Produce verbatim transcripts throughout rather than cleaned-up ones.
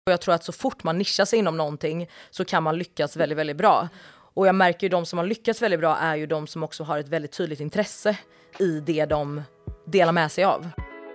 Och jag tror att så fort man nischar sig inom någonting så kan man lyckas väldigt, väldigt bra. Och jag märker ju de som har lyckats väldigt bra är ju de som också har ett väldigt tydligt intresse i det de delar med sig av.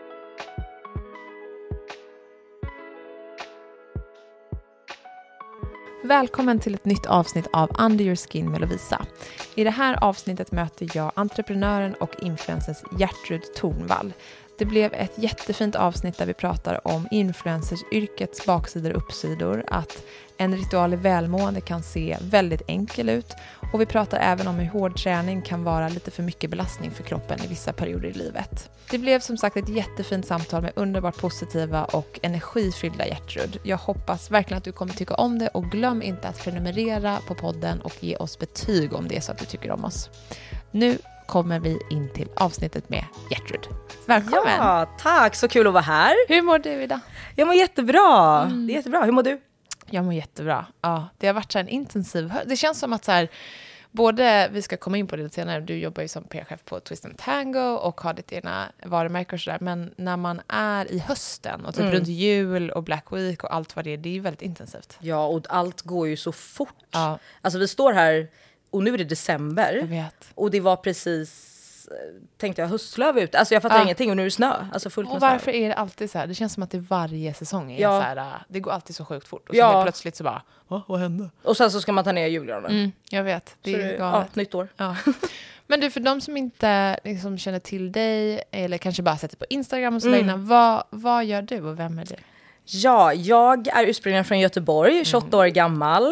Välkommen till ett nytt avsnitt av Under Your Skin med Lovisa. I det här avsnittet möter jag entreprenören och influencers Gertrud Tornvall. Det blev ett jättefint avsnitt där vi pratar om influencersyrkets baksidor och uppsidor, att en ritual i välmående kan se väldigt enkel ut, och vi pratar även om hur hård träning kan vara lite för mycket belastning för kroppen i vissa perioder i livet. Det blev som sagt ett jättefint samtal med underbart positiva och energifyllda Gertrud. Jag hoppas verkligen att du kommer tycka om det, och glöm inte att prenumerera på podden och ge oss betyg om det är så att du tycker om oss. Nu kommer vi in till avsnittet med Gertrud. Välkommen! Ja, tack! Så kul att vara här. Hur mår du idag? Jag mår jättebra. Mm. Det är jättebra. Hur mår du? Jag mår jättebra. Ja, det har varit så en intensiv... Det känns som att så här, både, vi ska komma in på det senare, du jobbar ju som P R-chef på Twist and Tango och har ditt egna varumärke och sådär, men när man är i hösten och typ mm. runt jul och Black Week och allt vad det är, det är ju väldigt intensivt. Ja, och allt går ju så fort. Ja. Alltså vi står här och nu är det december. Jag vet. Och det var precis, tänkte jag, höstlöv ut. Alltså jag fattar ja. ingenting, och nu är det snö. Alltså fullt och med varför snö. är det alltid så här? Det känns som att det varje säsong är ja. så här, det går alltid så sjukt fort. Och så ja. är plötsligt så bara, vad hände? Och sen så ska man ta ner julgranen. Mm, jag vet, det så är det, galet. Ja, nytt år. Ja. Men du, för de som inte liksom känner till dig, eller kanske bara sett dig på Instagram och så mm. innan, vad, vad gör du och vem är du? Ja, jag är ursprungligen från Göteborg, tjugoåtta mm. år gammal.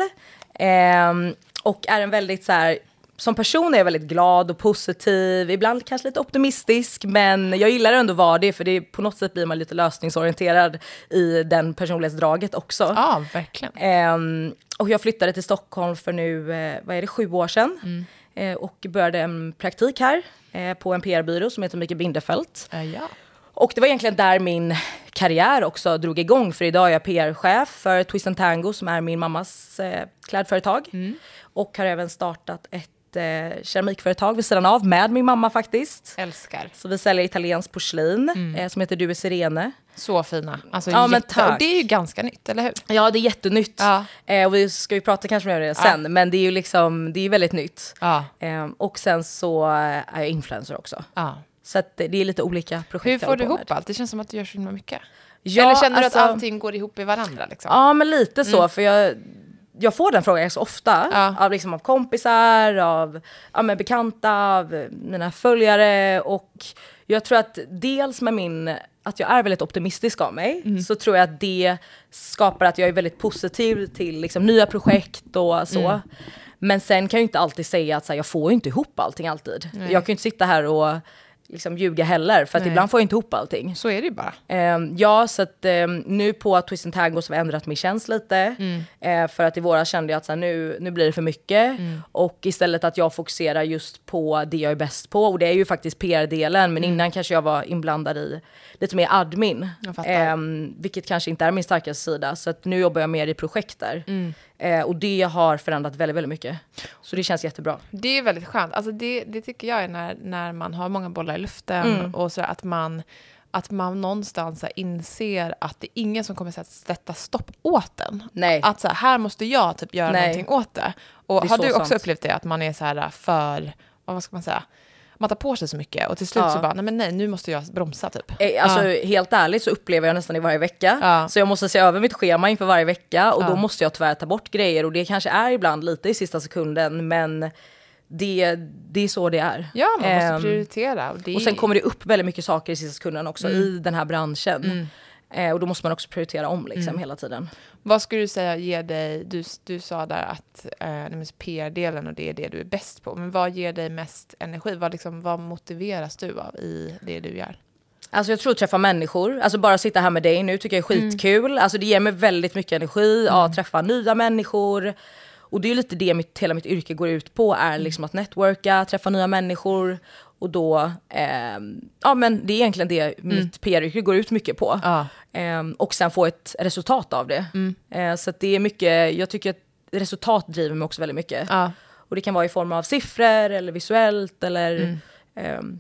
Ehm, och är en väldigt så här... Som person är jag väldigt glad och positiv, ibland kanske lite optimistisk, men jag gillar ändå att vara det, för det är, på något sätt blir man lite lösningsorienterad i den personlighetsdraget också. Ja, verkligen. Um, och jag flyttade till Stockholm för nu, eh, vad är det, sju år sedan. Mm. Eh, och började en praktik här eh, på en P R-byrå som heter Micke Bindefeld. Uh, ja. Och det var egentligen där min karriär också drog igång, för idag är jag P R-chef för Twist and Tango som är min mammas eh, klädföretag. Mm. Och har även startat ett keramikföretag vid sidan av med min mamma faktiskt. Älskar. Så vi säljer italiensk porslin mm. eh, som heter Du är Sirene. Så fina. Alltså ja, men jätte... Och det är ju ganska nytt, eller hur? Ja, det är jättenytt. Ja. Eh, och vi ska ju prata kanske mer om det sen, ja. Men det är ju liksom, det är väldigt nytt. Ja. Eh, och sen så är jag influencer också. Ja. Så att det är lite olika projekt. Hur får du ihop med allt? Det känns som att du gör så mycket. Ja, eller känner alltså... du att allting går ihop i varandra? Liksom? Ja, men lite så. Mm. För jag... Jag får den frågan så ofta ja. av, liksom, av kompisar, av ja, med bekanta, av mina följare. Och jag tror att dels med min, att jag är väldigt optimistisk av mig, mm. så tror jag att det skapar att jag är väldigt positiv till liksom, nya projekt och så. Mm. Men sen kan jag inte alltid säga att så här, jag får ju inte ihop allting alltid. Nej. Jag kan ju inte sitta här och liksom ljuga heller, för att Nej. ibland får jag inte ihop allting. Så är det ju bara. Um, ja, så att um, nu på Twist and Tango så har jag ändrat min tjänst lite. Mm. Uh, för att i våra kände jag att så här, nu, nu blir det för mycket. Mm. Och istället att jag fokuserar just på det jag är bäst på. Och det är ju faktiskt P R-delen. Men mm. innan kanske jag var inblandad i lite mer admin. Um, vilket kanske inte är min starkaste sida. Så att nu jobbar jag mer i projekt där. Mm. Uh, och det har förändrat väldigt, väldigt mycket. Så det känns jättebra. Det är väldigt skönt. Alltså det, det tycker jag är när, när man har många bollar i luften. Mm. Och så att man, att man någonstans inser att det är ingen som kommer att sätta stopp åt den. Nej. Att så här, här måste jag typ göra Nej. någonting åt det. Och det har du också sant. upplevt det? Att man är så här för, vad ska man säga? Man tar på sig så mycket och till slut ja. så bara, nej men nej, nu måste jag bromsa typ. Alltså ja. helt ärligt så upplever jag nästan i varje vecka. Ja. Så jag måste se över mitt schema inför varje vecka. Och ja. då måste jag tyvärr ta bort grejer. Och det kanske är ibland lite i sista sekunden, men det, det är så det är. Ja, man måste um, prioritera. Och, det... och sen kommer det upp väldigt mycket saker i sista sekunden också mm. i den här branschen. Mm. Eh, och då måste man också prioritera om liksom mm. hela tiden. Vad skulle du säga ger dig, du, du sa där att eh, P R-delen och det är det du är bäst på. Men vad ger dig mest energi? Vad, liksom, vad motiveras du av i det du gör? Alltså jag tror att träffa människor, alltså bara sitta här med dig nu tycker jag är skitkul. Mm. Alltså det ger mig väldigt mycket energi mm. att träffa nya människor. Och det är ju lite det mitt, hela mitt yrke går ut på, är liksom att networka, träffa nya människor. Och då, eh, ja men det är egentligen det mm. mitt P R-yrke går ut mycket på. Ja. Eh, och sen få ett resultat av det. Mm. Eh, så att det är mycket, jag tycker att resultat driver mig också väldigt mycket. Ja. Och det kan vara i form av siffror eller visuellt eller... Mm. Eh,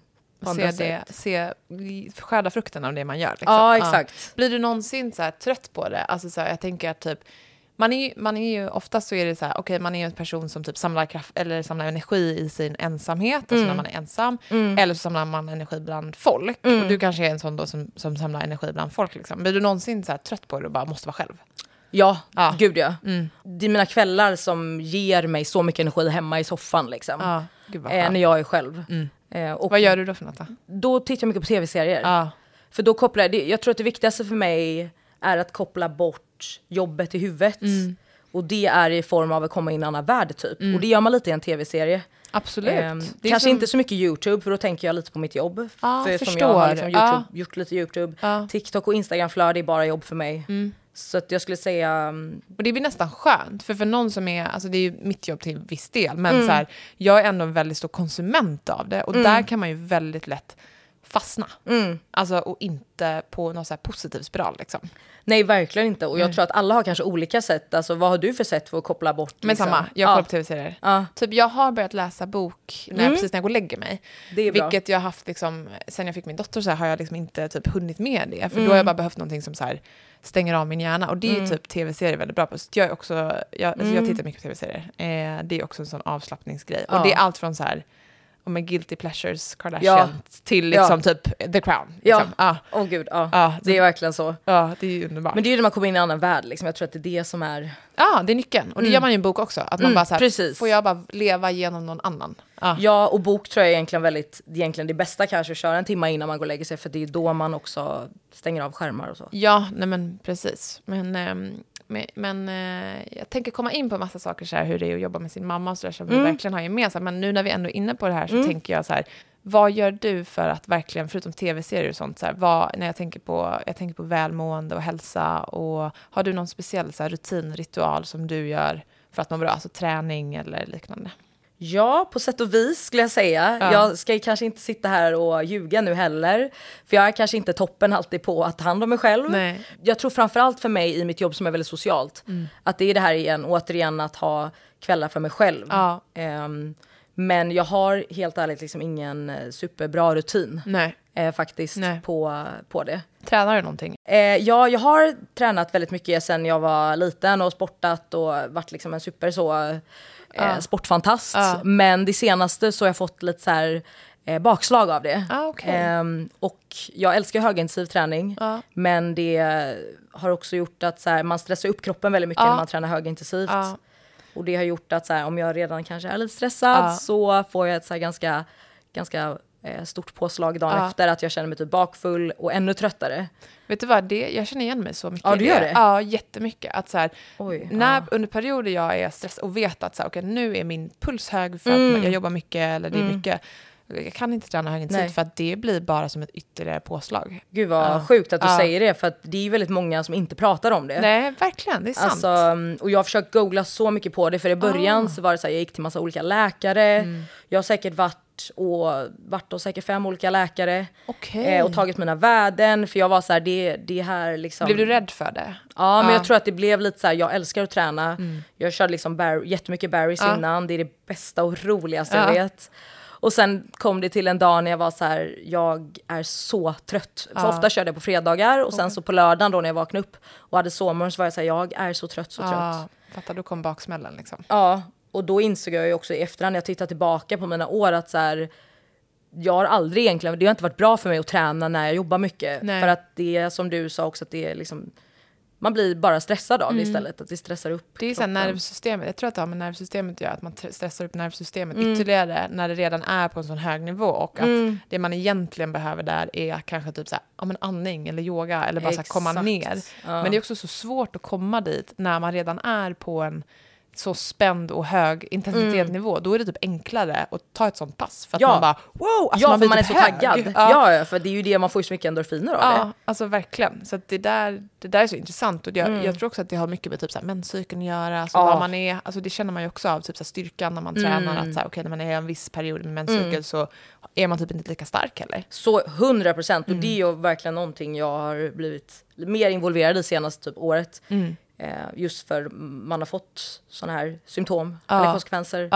Och se, det, se skörda frukten av det man gör. Liksom. Ja, exakt. Ja. Blir du någonsin så här trött på det? Alltså så här, jag tänker att typ, man är, man är ju, oftast så är det så här, okej, okay, man är ju en person som typ samlar kraft eller samlar energi i sin ensamhet, alltså mm. när man är ensam, mm. eller så samlar man energi bland folk. Mm. Och du kanske är en sån då som, som samlar energi bland folk. Liksom. Blir du någonsin så här trött på det och bara måste vara själv? Ja, ja. Gud ja. Mm. Det är mina kvällar som ger mig så mycket energi hemma i soffan liksom. Ja, gud vad eh, när jag är själv. Mm. Eh, och vad gör du då för något då? Då tittar jag mycket på tv-serier. Ja. För då kopplar jag, jag tror att det viktigaste för mig är att koppla bort jobbet i huvudet. Mm. Och det är i form av att komma in i en annan värld typ. Mm. Och det gör man lite i en tv-serie. Absolut. Eh, kanske som... inte så mycket YouTube, för då tänker jag lite på mitt jobb. Ah, för förstår. Som jag har liksom YouTube, ah. gjort lite YouTube. Ah. TikTok och Instagram-flöde är bara jobb för mig. Mm. Så att jag skulle säga... Och det blir nästan skönt. För för någon som är... Alltså det är ju mitt jobb till viss del. Men mm. så här, jag är ändå en väldigt stor konsument av det. Och mm. där kan man ju väldigt lätt fastna. Mm. Alltså, och inte på någon så här positiv spiral liksom. Nej, verkligen inte. Och jag mm. tror att alla har kanske olika sätt. Alltså, vad har du för sätt för att koppla bort? Men liksom? Samma, jag kollar ja. på tv-serier. Ja. Typ, jag har börjat läsa bok när jag, mm. precis när jag går och lägger mig. Det är bra. Vilket jag har haft liksom, sen jag fick min dotter så här, har jag liksom inte typ hunnit med det. För mm. då har jag bara behövt någonting som så här, stänger av min hjärna. Och det är mm. typ tv-serier väldigt bra på. Så jag, är också, jag, alltså, mm. jag tittar mycket på tv-serier. Eh, det är också en sån avslappningsgrej. Ja. Och det är allt från så här... Och med Guilty Pleasures, Kardashian, ja. till liksom ja. typ The Crown. Liksom. Ja, ah. åh oh, gud, ah. ah, det är verkligen så. Ja, det är ju underbart. Men det är ju när man kommer in i en annan värld, liksom. Jag tror att det är det som är... Ja, det är nyckeln. Och det mm. gör man ju i en bok också. Att man mm, bara så här, precis. får jag bara leva genom någon annan? Ah. Ja, och bok tror jag egentligen väldigt, egentligen det bästa kanske att köra en timme innan man går och lägger sig, för det är då man också stänger av skärmar och så. Ja, nej men precis. Men... Ähm, Men, men eh, jag tänker komma in på en massa saker så här, hur det är att jobba med sin mamma och så där, som mm. vi verkligen har gemensamt. Men nu när vi ändå är inne på det här så mm. tänker jag så här, vad gör du för att verkligen, förutom tv-serier och sånt, så här, vad, när jag tänker på jag tänker på välmående och hälsa, och har du någon speciell så här, rutin, ritual som du gör för att må bra, alltså träning eller liknande? Ja, på sätt och vis skulle jag säga. Ja. Jag ska kanske inte sitta här och ljuga nu heller. För jag är kanske inte toppen alltid på att ta hand om mig själv. Nej. Jag tror framförallt för mig i mitt jobb som är väldigt socialt. Mm. Att det är det här igen, återigen att ha kvällar för mig själv. Ja. Um, men jag har helt ärligt liksom ingen superbra rutin. Nej. Eh, faktiskt Nej. På, på det. Tränar du någonting? Eh, ja, jag har tränat väldigt mycket sedan jag var liten och sportat och varit liksom en super så... Eh, sportfantast, ah. men det senaste så har jag fått lite så här eh, bakslag av det. Ah, okay. eh, och jag älskar högintensiv träning, ah. men det har också gjort att så här, man stressar upp kroppen väldigt mycket ah. när man tränar högintensivt. Ah. Och det har gjort att så här, om jag redan kanske är lite stressad ah. så får jag ett så här, ganska, ganska eh, stort påslag dagen ah. efter, att jag känner mig typ bakfull och ännu tröttare. Vet du vad, det, jag känner igen mig så mycket. Ja, du gör det? Ja, jättemycket. Att så här, Oj, när, ja. under perioder jag är stressad och vet att så här, okay, nu är min puls hög för att mm. jag jobbar mycket eller det är mm. mycket. Jag kan inte träna högintensivt för att det blir bara som ett ytterligare påslag. Gud vad ja. sjukt att du ja. säger det, för att det är väldigt många som inte pratar om det. Nej, verkligen, det är sant. Alltså, och jag har försökt googla så mycket på det, för i början ah. så var det så här, jag gick till massa olika läkare. Mm. Jag har säkert varit och varit och säkert fem olika läkare. Okay. Eh, och tagit mina värden, för jag var så här, det, det här liksom... Blev du rädd för det? Ja, men ah. jag tror att det blev lite så här, jag älskar att träna. Mm. Jag körde liksom bar- jättemycket berries ah. innan, det är det bästa och roligaste ah. jag vet. Och sen kom det till en dag när jag var så här, jag är så trött. För ah. ofta körde jag på fredagar och okay. sen så på lördagen då när jag vaknade upp och hade sovmorgon, så var jag så här, jag är så trött, så ah. trött. Fattar, du kom baksmällen liksom. Ja, och då insåg jag ju också i efterhand när jag tittar tillbaka på mina år att så här, jag har aldrig egentligen, det har inte varit bra för mig att träna när jag jobbar mycket. Nej. För att det är som du sa också, att det är liksom, man blir bara stressad av det mm. istället, att det stressar upp det är så nervsystemet, jag tror att det har med nervsystemet gör att man stressar upp nervsystemet mm. ytterligare när det redan är på en sån hög nivå, och att mm. det man egentligen behöver där är kanske typ så här, ja, men andning eller yoga eller bara så här, komma ner. Ja. Men det är också så svårt att komma dit när man redan är på en så spänd och hög intensitetsnivå. Mm. Då är det typ enklare att ta ett sånt pass. För att ja. man bara, wow! Alltså ja, man för man är typ så hög. taggad. Ja. ja, för det är ju det, man får ju så mycket endorfiner av ja, det. Ja, alltså verkligen. Så att det, där, det där är så intressant. Och jag, mm. jag tror också att det har mycket med typ så här menscykeln att göra. Alltså ja. vad man är, alltså det känner man ju också av, typ så här styrkan när man mm. tränar. Att så här, okay, när man är i en viss period med menscykel mm. så är man typ inte lika stark heller. Så hundra procent. Mm. Och det är ju verkligen någonting jag har blivit mer involverad i senaste typ året. Mm. Eh, just för man har fått såna här symptom ja. eller konsekvenser. Ja.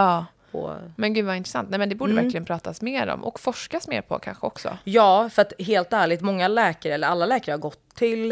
på... Men gud vad intressant. Nej, men det borde Mm. verkligen pratas mer om och forskas mer på kanske också. Ja, för att helt ärligt, många läkare, eller alla läkare jag har gått till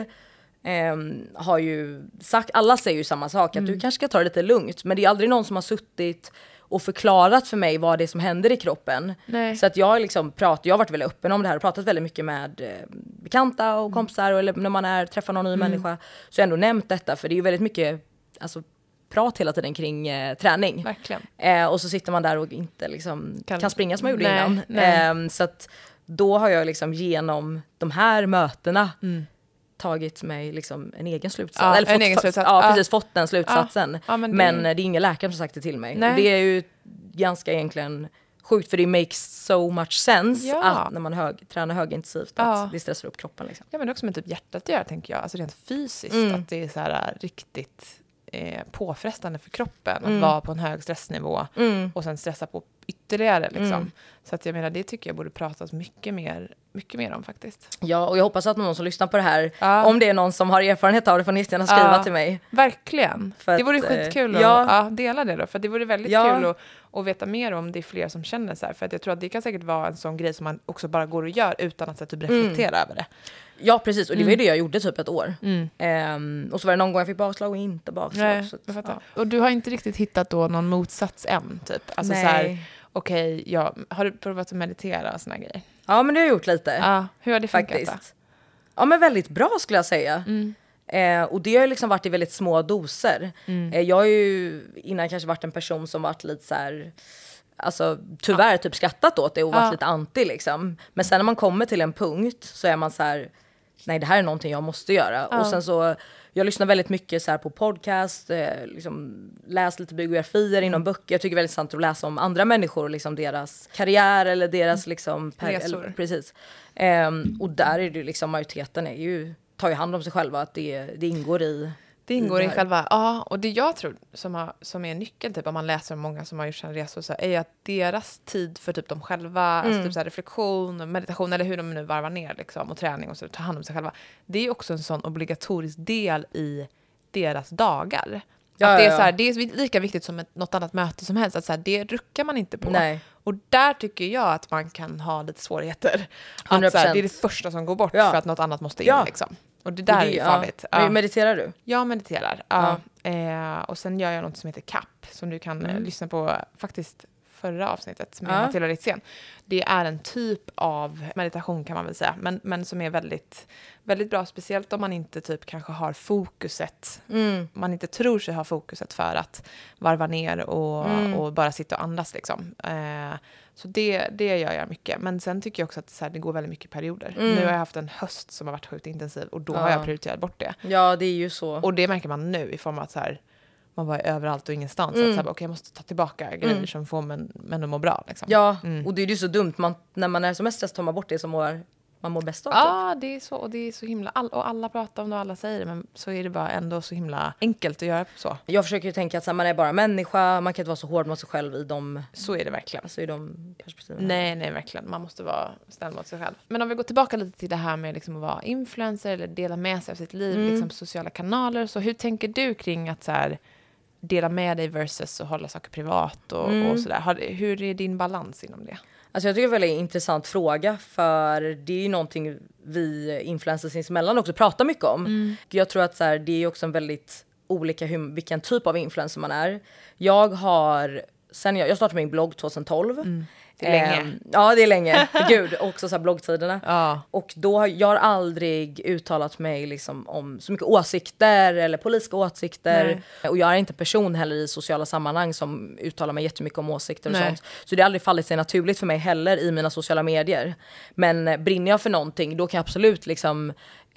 ehm, har ju sagt, alla säger ju samma sak, att du kanske ska ta det lite lugnt, men det är aldrig någon som har suttit och förklarat för mig vad det är som händer i kroppen. Nej. Så att jag har liksom pratat, jag har varit väldigt öppen om det här och pratat väldigt mycket med eh, bekanta och kompisar, eller när man är, träffar någon ny Mm. människa, så har jag ändå nämnt detta, för det är ju väldigt mycket alltså, prat hela tiden kring eh, träning. Verkligen. Eh, och så sitter man där och inte liksom, Kan- kan, springa som jag gjorde Nej, innan. nej. Eh, så att då har jag liksom genom de här mötena Mm. tagit mig liksom en egen slutsats. Ja, Eller en fått, egen slutsats. Ja, Ja. precis, fått den slutsatsen. Ja, ja, men men det- det... det är ingen läkare som sagt det till mig. Nej. Och det är ju ganska egentligen sjukt, för det makes so much sense Ja. att när man hög, tränar högintensivt Ja. att det stressar upp kroppen. Liksom. Ja, men det är också med typ hjärtat att göra, tänker jag. Alltså rent fysiskt, Mm. att det är så här äh, riktigt eh, påfrestande för kroppen Mm. att vara på en hög stressnivå Mm. och sen stressa på ytterligare. Liksom. Mm. Så att jag menar, det tycker jag borde pratas mycket mer, mycket mer om faktiskt. Ja, och jag hoppas att någon som lyssnar på det här, Ja. om det är någon som har erfarenhet av det, får ni gärna skriva Ja. till mig. Verkligen. För det vore att, eh, skitkul att ja. ja, dela det då. För det vore väldigt Ja. kul att, att veta mer om det är fler som känner så här. För att jag tror att det kan säkert vara en sån grej som man också bara går och gör utan att så här, typ reflektera över det. Ja, precis. Och det var ju Mm. det jag gjorde typ ett år. Mm. Ehm, och så var det någon gång jag fick bakslag och inte bakslag. Nej, så att, jag fattar. ja. Och du har inte riktigt hittat då någon motsats än, typ? Alltså så här, Nej. okej, ja, har du provat att meditera och såna grejer? Ja, men det har jag gjort lite. Ja, hur har det funkat då? Faktiskt. Ja, men väldigt bra skulle jag säga. Mm. Eh, och det har ju liksom varit i väldigt små doser. Mm. Eh, jag har ju innan kanske varit en person som varit lite så här, alltså tyvärr typ skrattat åt det och varit Ja. lite anti liksom. Men sen när man kommer till en punkt så är man så här, nej det här är någonting jag måste göra. Ja. Och sen så, jag lyssnar väldigt mycket så här på podcast, eh, liksom läst lite biografier inom böcker. Jag tycker det är väldigt intressant att läsa om andra människor och liksom deras karriär eller deras liksom per, Resor. eller, precis. Ehm, och där är det ju liksom, majoriteten är ju, tar ju hand om sig själva, att det, det ingår i Det ingår i här. själva, ja, och det jag tror som, har, som är nyckeln, typ om man läser om många som har gjort sina resor, så är ju att deras tid för typ dem själva, alltså Mm. typ så här reflektion, meditation eller hur de nu varvar ner liksom, och träning och så, ta hand om sig själva. Det är ju också en sån obligatorisk del i deras dagar. Ja, att det, är ja, ja. så här, det är lika viktigt som ett, något annat möte som helst, att så här, det ruckar man inte på. Nej. Och där tycker jag att man kan ha lite svårigheter. Att hundra så här, procent. det är det första som går bort Ja. för att något annat måste in. Ja. Liksom. Och det där Och är ju ja. farligt. Men Ja. mediterar du? Jag mediterar, ja. Eh, och sen gör jag något som heter C A P, som du kan Mm. eh, lyssna på faktiskt förra avsnittet, som är Ja. Matilda Ritzén. Det är en typ av meditation kan man väl säga, men, men som är väldigt, väldigt bra, speciellt om man inte typ kanske har fokuset, Mm. man inte tror sig ha fokuset för att varva ner och, Mm. och bara sitta och andas liksom. Eh, så det, det gör jag mycket. Men sen tycker jag också att så här, det går väldigt mycket perioder. Mm. Nu har jag haft en höst som har varit sjukt intensiv och då Ja. har jag prioriterat bort det. Ja, det är ju så. Och det märker man nu i form av att så här, man var överallt och ingenstans. Mm. Att så här, okay, jag måste ta tillbaka grejer Mm. som får men, men att må bra. Liksom. Ja, Mm. och det är ju så dumt. Man, när man är som mest stressad tar man bort det som mår, man mår bäst av. typ. Ja, det är så. Och det är så himla... All, och alla pratar om det och alla säger det. Men så är det bara ändå så himla enkelt att göra så. Jag försöker ju tänka att så här, man är bara människa, man kan inte vara så hård mot sig själv i de, Så är det verkligen. alltså, i de perspektiven. Nej, nej, verkligen. Man måste vara snäll mot sig själv. Men om vi går tillbaka lite till det här med liksom att vara influencer eller dela med sig av sitt liv, Mm. liksom sociala kanaler. Så hur tänker du kring att så här, dela med dig versus att hålla saker privat och, Mm. och sådär? Har, hur är din balans inom det? Alltså jag tycker det är en väldigt intressant fråga, för det är ju någonting vi influencers sinsemellan också pratar mycket om. Mm. Jag tror att så här, det är ju också en väldigt olika hur, vilken typ av influencer man är. Jag har, sen jag, jag startade min blogg tjugohundratolv. Mm. Det är länge. Ehm, ja, det är länge. Gud, också så här bloggtiderna. Ja. Och då har jag har aldrig uttalat mig liksom om så mycket åsikter eller politiska åsikter. Nej. Och jag är inte en person heller i sociala sammanhang som uttalar mig jättemycket om åsikter och Nej. sånt. Så det har aldrig fallit sig naturligt för mig heller i mina sociala medier. Men eh, brinner jag för någonting, då kan jag absolut liksom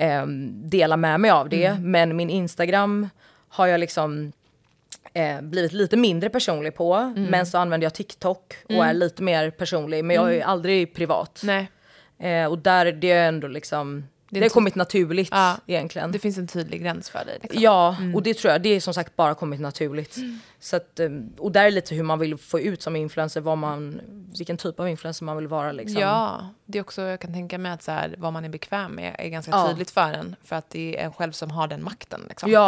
ehm, dela med mig av det. Mm. Men min Instagram har jag liksom Eh, blivit lite mindre personlig på, Mm. men så använder jag TikTok och är lite mer personlig, men jag är aldrig privat. Nej, Eh, och där är det ändå liksom, Det är det har inte- kommit naturligt Ja, egentligen. det finns en tydlig gräns för dig. Liksom. Ja, och det tror jag, det är som sagt bara kommit naturligt. Så att, eh, och där är lite hur man vill få ut som influencer, vad man, vilken typ av influencer man vill vara liksom. Ja, det är också, jag kan tänka mig att så här, vad man är bekväm med är ganska Ja. tydligt för en. För att det är en själv som har den makten. Liksom. Ja,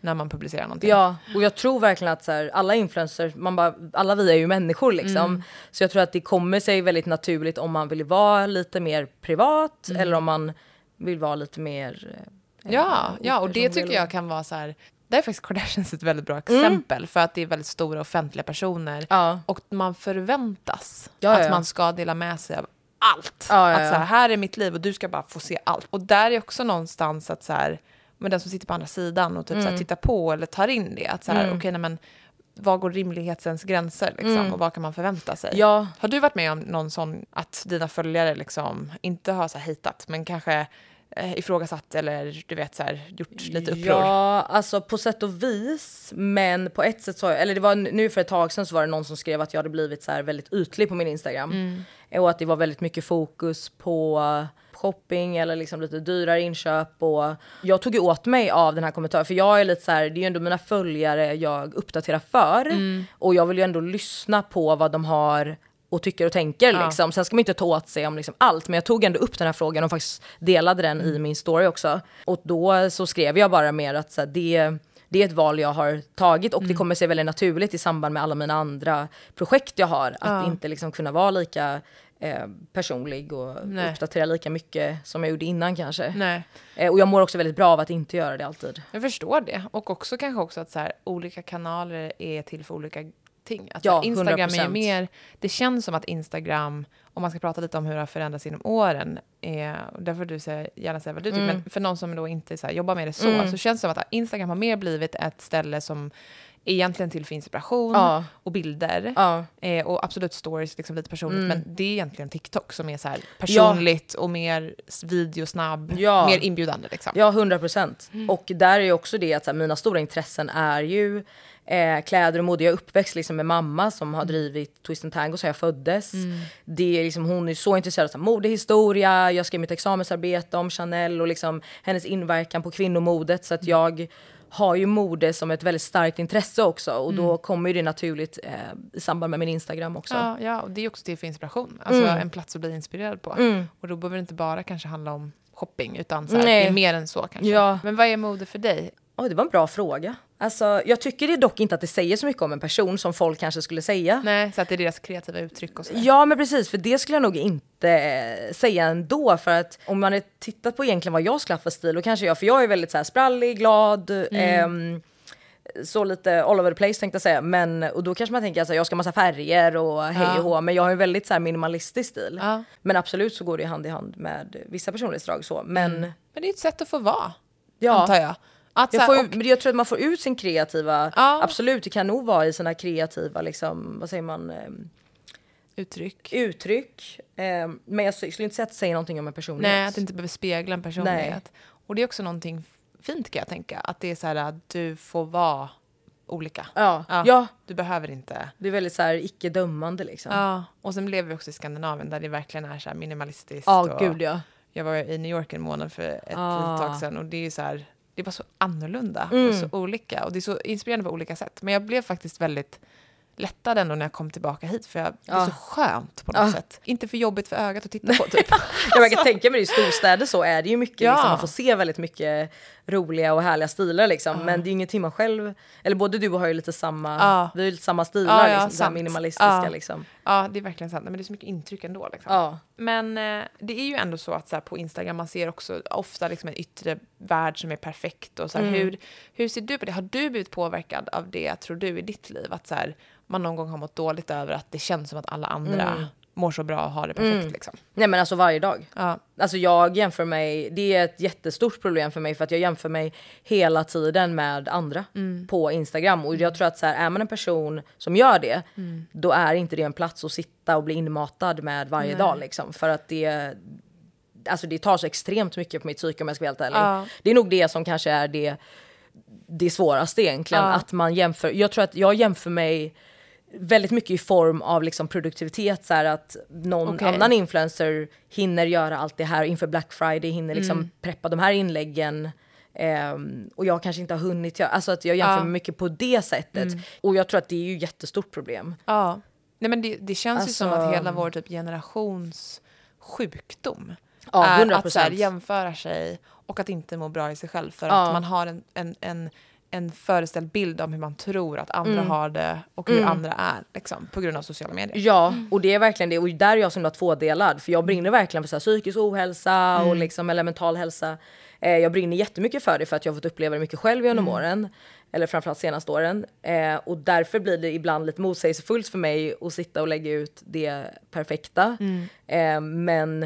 när man publicerar någonting. Ja, och jag tror verkligen att så här, alla influencers, man bara, alla vi är ju människor liksom. Mm. Så jag tror att det kommer sig väldigt naturligt om man vill vara lite mer privat mm. eller om man vill vara lite mer... Eh, ja, ja, och det tycker jag kan vara så här... Det är faktiskt Kardashians ett väldigt bra exempel mm. för att det är väldigt stora offentliga personer ja. och man förväntas ja, att ja. man ska dela med sig av allt. Ja, ja, ja. Att så här, här är mitt liv och du ska bara få se allt. Och där är också någonstans att så här, men den som sitter på andra sidan och typ mm. så här, tittar på eller tar in det. Att så här, mm. okej, nej, men vad går rimlighetens gränser liksom, mm. och vad kan man förvänta sig? Ja. Har du varit med om någon sån att dina följare liksom inte har så här hitat men kanske ifrågasatt eller du vet så här, gjort lite uppror? Ja, alltså på sätt och vis, men på ett sätt så, eller det var nu för ett tag sedan så var det någon som skrev att jag hade blivit så här väldigt ytlig på min Instagram mm. och att det var väldigt mycket fokus på shopping eller liksom lite dyrare inköp och jag tog ju åt mig av den här kommentaren för jag är lite så här, det är ju ändå mina följare jag uppdaterar för mm. och jag vill ju ändå lyssna på vad de har och tycker och tänker ja. liksom. Sen ska man inte ta åt sig om liksom allt, men jag tog ändå upp den här frågan och faktiskt delade den mm. i min story också. Och då så skrev jag bara mer att så här, det, det är ett val jag har tagit och mm. det kommer sig väldigt naturligt i samband med alla mina andra projekt jag har. Att ja. inte liksom kunna vara lika eh, personlig och Nej. uppdatera lika mycket som jag gjorde innan kanske. Nej. Eh, och jag mår också väldigt bra av att inte göra det alltid. Jag förstår det. Och också kanske också att så här, olika kanaler är till för olika ting. Att ja, Instagram hundra procent. är mer, det känns som att Instagram, om man ska prata lite om hur det har förändrats inom åren, är, därför du säger, gärna säga vad du tycker, mm. men för någon som då inte så här, jobbar med det så, mm. så känns det som att Instagram har mer blivit ett ställe som egentligen till för inspiration ja. och bilder ja. eh, och absolut stories, liksom lite personligt, mm. men det är egentligen TikTok som är så här personligt ja. och mer videosnabb, ja. mer inbjudande liksom. Ja, hundra procent. Mm. Och där är ju också det att så här, mina stora intressen är ju Eh, kläder och mode. Jag är uppväxt liksom med mamma som har drivit Twist and Tango så jag föddes. Mm. Det är liksom, hon är så intresserad av modehistoria. Jag skrev mitt examensarbete om Chanel och liksom hennes inverkan på kvinnomodet. Så att jag har ju mode som ett väldigt starkt intresse också. Och då mm. kommer ju det naturligt eh, i samband med min Instagram också. Ja, ja, och det är också till för inspiration. Alltså mm. en plats att bli inspirerad på. Mm. Och då behöver det inte bara kanske handla om shopping utan så här, det är mer än så kanske. Ja. Men vad är mode för dig? Oj, det var en bra fråga. Alltså, jag tycker det dock inte att det säger så mycket om en person som folk kanske skulle säga. Nej, så att det är deras kreativa uttryck och så. Ja, men precis, för det skulle jag nog inte säga ändå. För att om man hade tittat på egentligen vad jag skulle ha för stil, och kanske jag, för jag är väldigt så här sprallig, glad, mm. eh, så lite all over the place tänkte jag säga. Men, och då kanske man tänker att alltså, jag ska ha massa färger och hej och hå, men jag har en väldigt så här minimalistisk stil. Ja. Men absolut så går det hand i hand med vissa personlighetsdrag så. Men, mm. men det är ett sätt att få vara, ja. antar jag. Att jag, får, och, men jag tror att man får ut sin kreativa, ja. absolut, det kan nog vara i sina kreativa, liksom, vad säger man? Eh, uttryck. Uttryck. Eh, men jag skulle inte säga att det säger någonting om en personlighet. Nej, att det inte behöver spegla en personlighet. Nej. Och det är också någonting fint kan jag tänka, att det är så här att du får vara olika. Ja. Ja. ja. Du behöver inte. Det är väldigt så här icke-dömande liksom. Ja, och sen lever vi också i Skandinavien där det verkligen är så här minimalistiskt. Ja, och gud ja. Jag var i New York en månad för ett ah. tag sedan och det är så här, det var så annorlunda mm. och så olika. Och det är så inspirerande på olika sätt. Men jag blev faktiskt väldigt lättad ändå när jag kom tillbaka hit. För jag, det är ja. så skönt på något ja. sätt. Inte för jobbigt för ögat att titta på typ. Jag kan tänka mig det i storstäder så är det ju mycket. Ja. Liksom, man får se väldigt mycket roliga och härliga stilar liksom. Ja. Men det är ju ingenting man själv, eller både du och har ju lite samma, ja. vi har ju lite samma stilar, ja, ja, liksom, så här minimalistiska ja. liksom. Ja, det är verkligen sant. Men det är så mycket intryck ändå liksom. Ja. Men eh, det är ju ändå så att så här, på Instagram man ser också ofta liksom en yttre värld som är perfekt. Och så här, mm. hur, hur ser du på det? Har du blivit påverkad av det, tror du, i ditt liv? Att så här, man någon gång har mått dåligt över att det känns som att alla andra mm. mår så bra och har det perfekt mm. liksom. Nej men alltså varje dag. Ja. Alltså jag jämför mig, det är ett jättestort problem för mig för att jag jämför mig hela tiden med andra mm. på Instagram. Och jag tror att så här, är man en person som gör det, mm. då är inte det en plats att sitta och bli inmatad med varje Nej. dag liksom. För att det, alltså det tar så extremt mycket på mitt psyke om jag ska vara helt ärlig. Ja. Det är nog det som kanske är det, det svåraste egentligen. Ja. Att man jämför, jag tror att jag jämför mig väldigt mycket i form av liksom produktivitet, så här att någon okay. annan influencer hinner göra allt det här inför Black Friday, hinner liksom mm. preppa de här inläggen um, och jag kanske inte har hunnit, alltså att jag jämför ja. mig mycket på det sättet mm. och jag tror att det är ju ett jättestort problem. Ja, nej men det, det känns alltså, ju som att hela vår typ generations sjukdom ja, är att så här, jämföra sig och att inte må bra i sig själv för ja. att man har en, en, en en föreställd bild om hur man tror att andra mm. har det och hur mm. andra är liksom, på grund av sociala medier. Ja, mm. och det är verkligen det. Och där är jag som var tvådelad. För jag brinner verkligen för så här, psykisk ohälsa mm. och liksom, eller mental hälsa. Eh, jag brinner jättemycket för det för att jag har fått uppleva det mycket själv genom mm. åren. Eller framförallt senaste åren. Eh, och därför blir det ibland lite motsägelsefullt för mig att sitta och lägga ut det perfekta. Mm. Eh, men...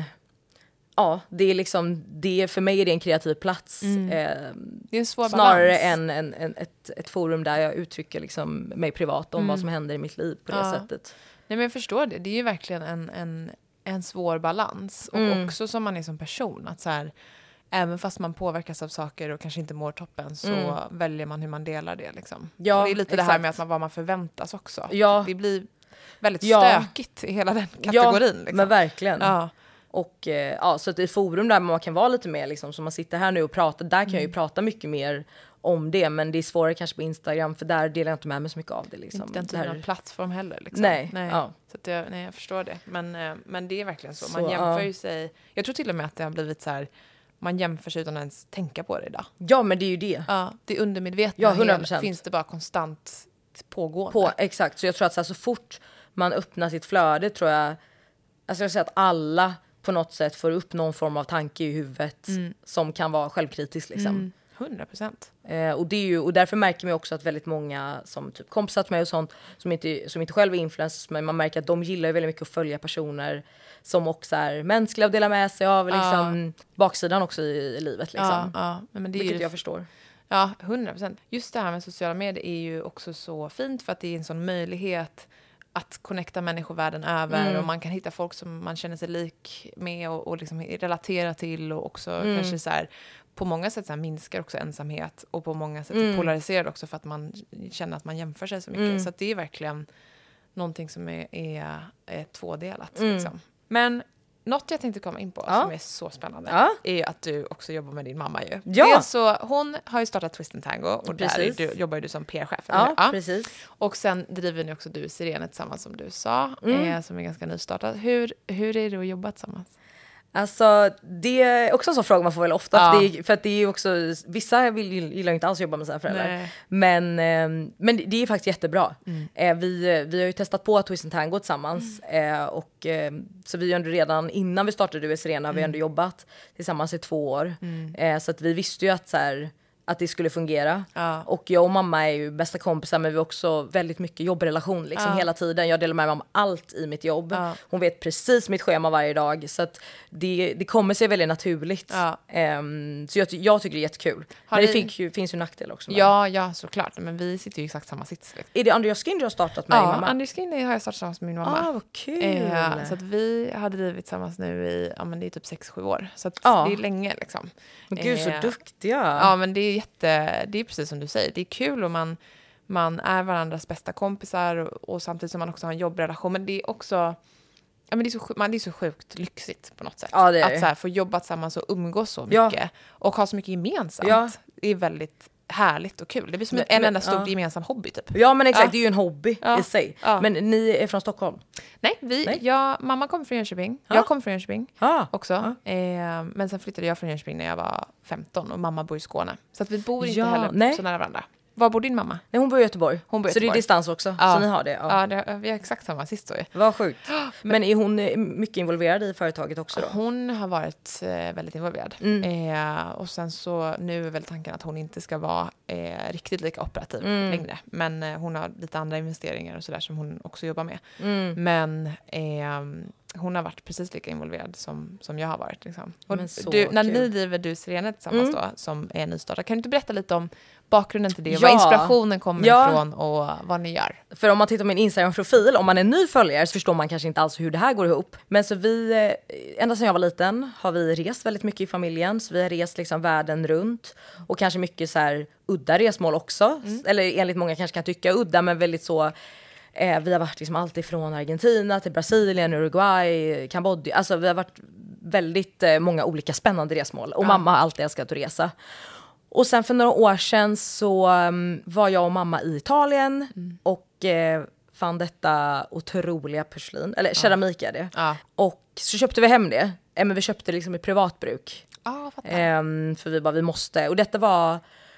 Ja, det är liksom, det, för mig är det en kreativ plats. Mm. Eh, det är en svår snarare balans. än en, en, ett, ett forum där jag uttrycker liksom mig privat om mm. vad som händer i mitt liv på det ja. sättet. Nej, men jag förstår det. Det är ju verkligen en, en, en svår balans. Och mm. också som man är som person. Att så här, även fast man påverkas av saker och kanske inte mår toppen så mm. väljer man hur man delar det. Liksom. Ja, och det är lite exakt. det här med att man, vad man förväntas också. Ja. Det blir väldigt ja. stökigt i hela den kategorin. Ja, liksom. men verkligen. Ja. Och eh, ja, så att i forum där man kan vara lite mer liksom, som man sitter här nu och pratar, där kan mm. jag ju prata mycket mer om det, men det är svårare kanske på Instagram för där delar jag inte med mig så mycket av det. Liksom. Inte den typen av plattform heller. Liksom. Nej. nej. Ja. Så att jag, nej, jag förstår det. Men, eh, men det är verkligen så. så man jämför ja. ju sig. Jag tror till och med att det har blivit så här, man jämför sig utan att ens tänka på det idag. Ja, men det är ju det. Ja, det är undermedvetna. Ja, hundra procent. Finns det bara konstant pågående. På, exakt, så jag tror att så, här, så fort man öppnar sitt flöde tror jag, alltså jag säger att alla på något sätt får upp någon form av tanke i huvudet mm. som kan vara självkritisk liksom. Mm. hundra procent. Eh, och, det är ju, och därför märker man också att väldigt många som typ kompisar med och sånt som inte, som inte själv är influencers, men man märker att de gillar ju väldigt mycket att följa personer som också är mänskliga och delar med sig av liksom, ja. baksidan också i, i livet liksom. Ja, ja. Men det är vilket ju... jag förstår. Ja, hundra procent. Just det här med sociala medier är ju också så fint för att det är en sån möjlighet att connecta människor världen över mm. och man kan hitta folk som man känner sig lik med och, och liksom relatera till och också mm. kanske så här, på många sätt så här, minskar också ensamhet och på många sätt mm. polariserar också för att man känner att man jämför sig så mycket. Mm. Så att det är verkligen någonting som är, är, är tvådelat. Mm. Liksom. Men något jag tänkte komma in på ja. som är så spännande ja. är att du också jobbar med din mamma ju. Ja. Dels så, hon har ju startat Twist and Tango och precis. där du, jobbar du som P R-chef. Ja, ja, precis. Och sen driver ni också du Sirene tillsammans som du sa, mm. eh, som är ganska nystartat. Hur, hur är det att jobba tillsammans? Alltså det är också en sån fråga man får väl ofta ja. för, det är, för att det är också, vissa vill, gillar inte alls jobba med sina föräldrar. Nej. Men, eh, men det är faktiskt jättebra. Mm. Eh, vi, vi har ju testat på Twist and Tango tillsammans mm. eh, och eh, så vi har ändå redan innan vi startade du Sirene har vi mm. ändå jobbat tillsammans i två år. Mm. Eh, så att vi visste ju att så här, att det skulle fungera. Ja. Och jag och mamma är ju bästa kompisar, men vi har också väldigt mycket jobbrelation liksom, ja. hela tiden. Jag delar med mig om allt i mitt jobb. Ja. Hon vet precis mitt schema varje dag. Så att det, det kommer sig väldigt naturligt. Ja. Um, så jag, jag tycker det är jättekul. Har men det ni... fick ju, finns ju nackdelar också. Ja, ja, såklart. Men vi sitter ju i exakt samma sits. Liksom. Är det Under Your Skin du har startat med ja, din mamma? Ja, Under Your Skin har jag startat tillsammans med min mamma. Ah, vad kul. Eh, så att vi har drivit tillsammans nu i, ja men det är typ sex sju år. Så att ah. det är länge liksom. Men gud, så eh, duktiga. Ja, men det är jätte... Det är precis som du säger. Det är kul om man, man är varandras bästa kompisar och, och samtidigt som man också har en jobbrelation. Men det är också ja, men det är så, man, det är så sjukt lyxigt på något sätt. Ja, det är. Att så här, få jobba tillsammans och umgås så mycket. Ja. Och ha så mycket gemensamt. Ja. Det är väldigt härligt och kul. Det blir som men, en enda stor ja. gemensam hobby typ. Ja, men exakt. Ja. Det är ju en hobby ja. i sig. Ja. Men ni är från Stockholm? Nej, vi, Nej. Jag, mamma kom från Jönköping. Ja. Jag kom från Jönköping ja. också. Ja. Eh, men sen flyttade jag från Jönköping när jag var femton och mamma bor i Skåne. Så att vi bor inte ja. heller Nej. så nära varandra. Var bor din mamma? Nej, hon bor i Göteborg. Hon bor i så Göteborg. Det är distans också, ja. så ni har det. Ja, ja det, vi har exakt samma sist. Så. Vad sjukt. Men, men är hon mycket involverad i företaget också då? Hon har varit eh, väldigt involverad. Mm. Eh, och sen så nu är väl tanken att hon inte ska vara eh, riktigt lika operativ mm. längre. Men eh, hon har lite andra investeringar och sådär som hon också jobbar med. Mm. Men eh, hon har varit precis lika involverad som, som jag har varit. Liksom. Och du, när ni driver du Sirene tillsammans mm. då, som är nystartad, kan du inte berätta lite om bakgrunden till det? Ja. Var inspirationen kommer ja. ifrån och vad ni gör? För om man tittar på min Instagram-profil, om man är ny följare så förstår man kanske inte alls hur det här går ihop. Men så vi, ända sedan jag var liten har vi rest väldigt mycket i familjen. Så vi har rest liksom världen runt. Och kanske mycket så här udda resmål också. Mm. Eller enligt många kanske kan tycka udda, men väldigt så... Eh, vi har varit liksom allt ifrån Argentina till Brasilien, Uruguay, Kambodja. Alltså vi har varit väldigt eh, många olika spännande resmål. Och ja. mamma har alltid älskat att resa. Och sen för några år sedan så um, var jag och mamma i Italien. Mm. Och eh, fann detta otroliga porslin. Eller keramik är det. Ja. Och så köpte vi hem det. Eh, men vi köpte det liksom i privatbruk. Ah, eh, för vi bara, vi måste. Och detta var...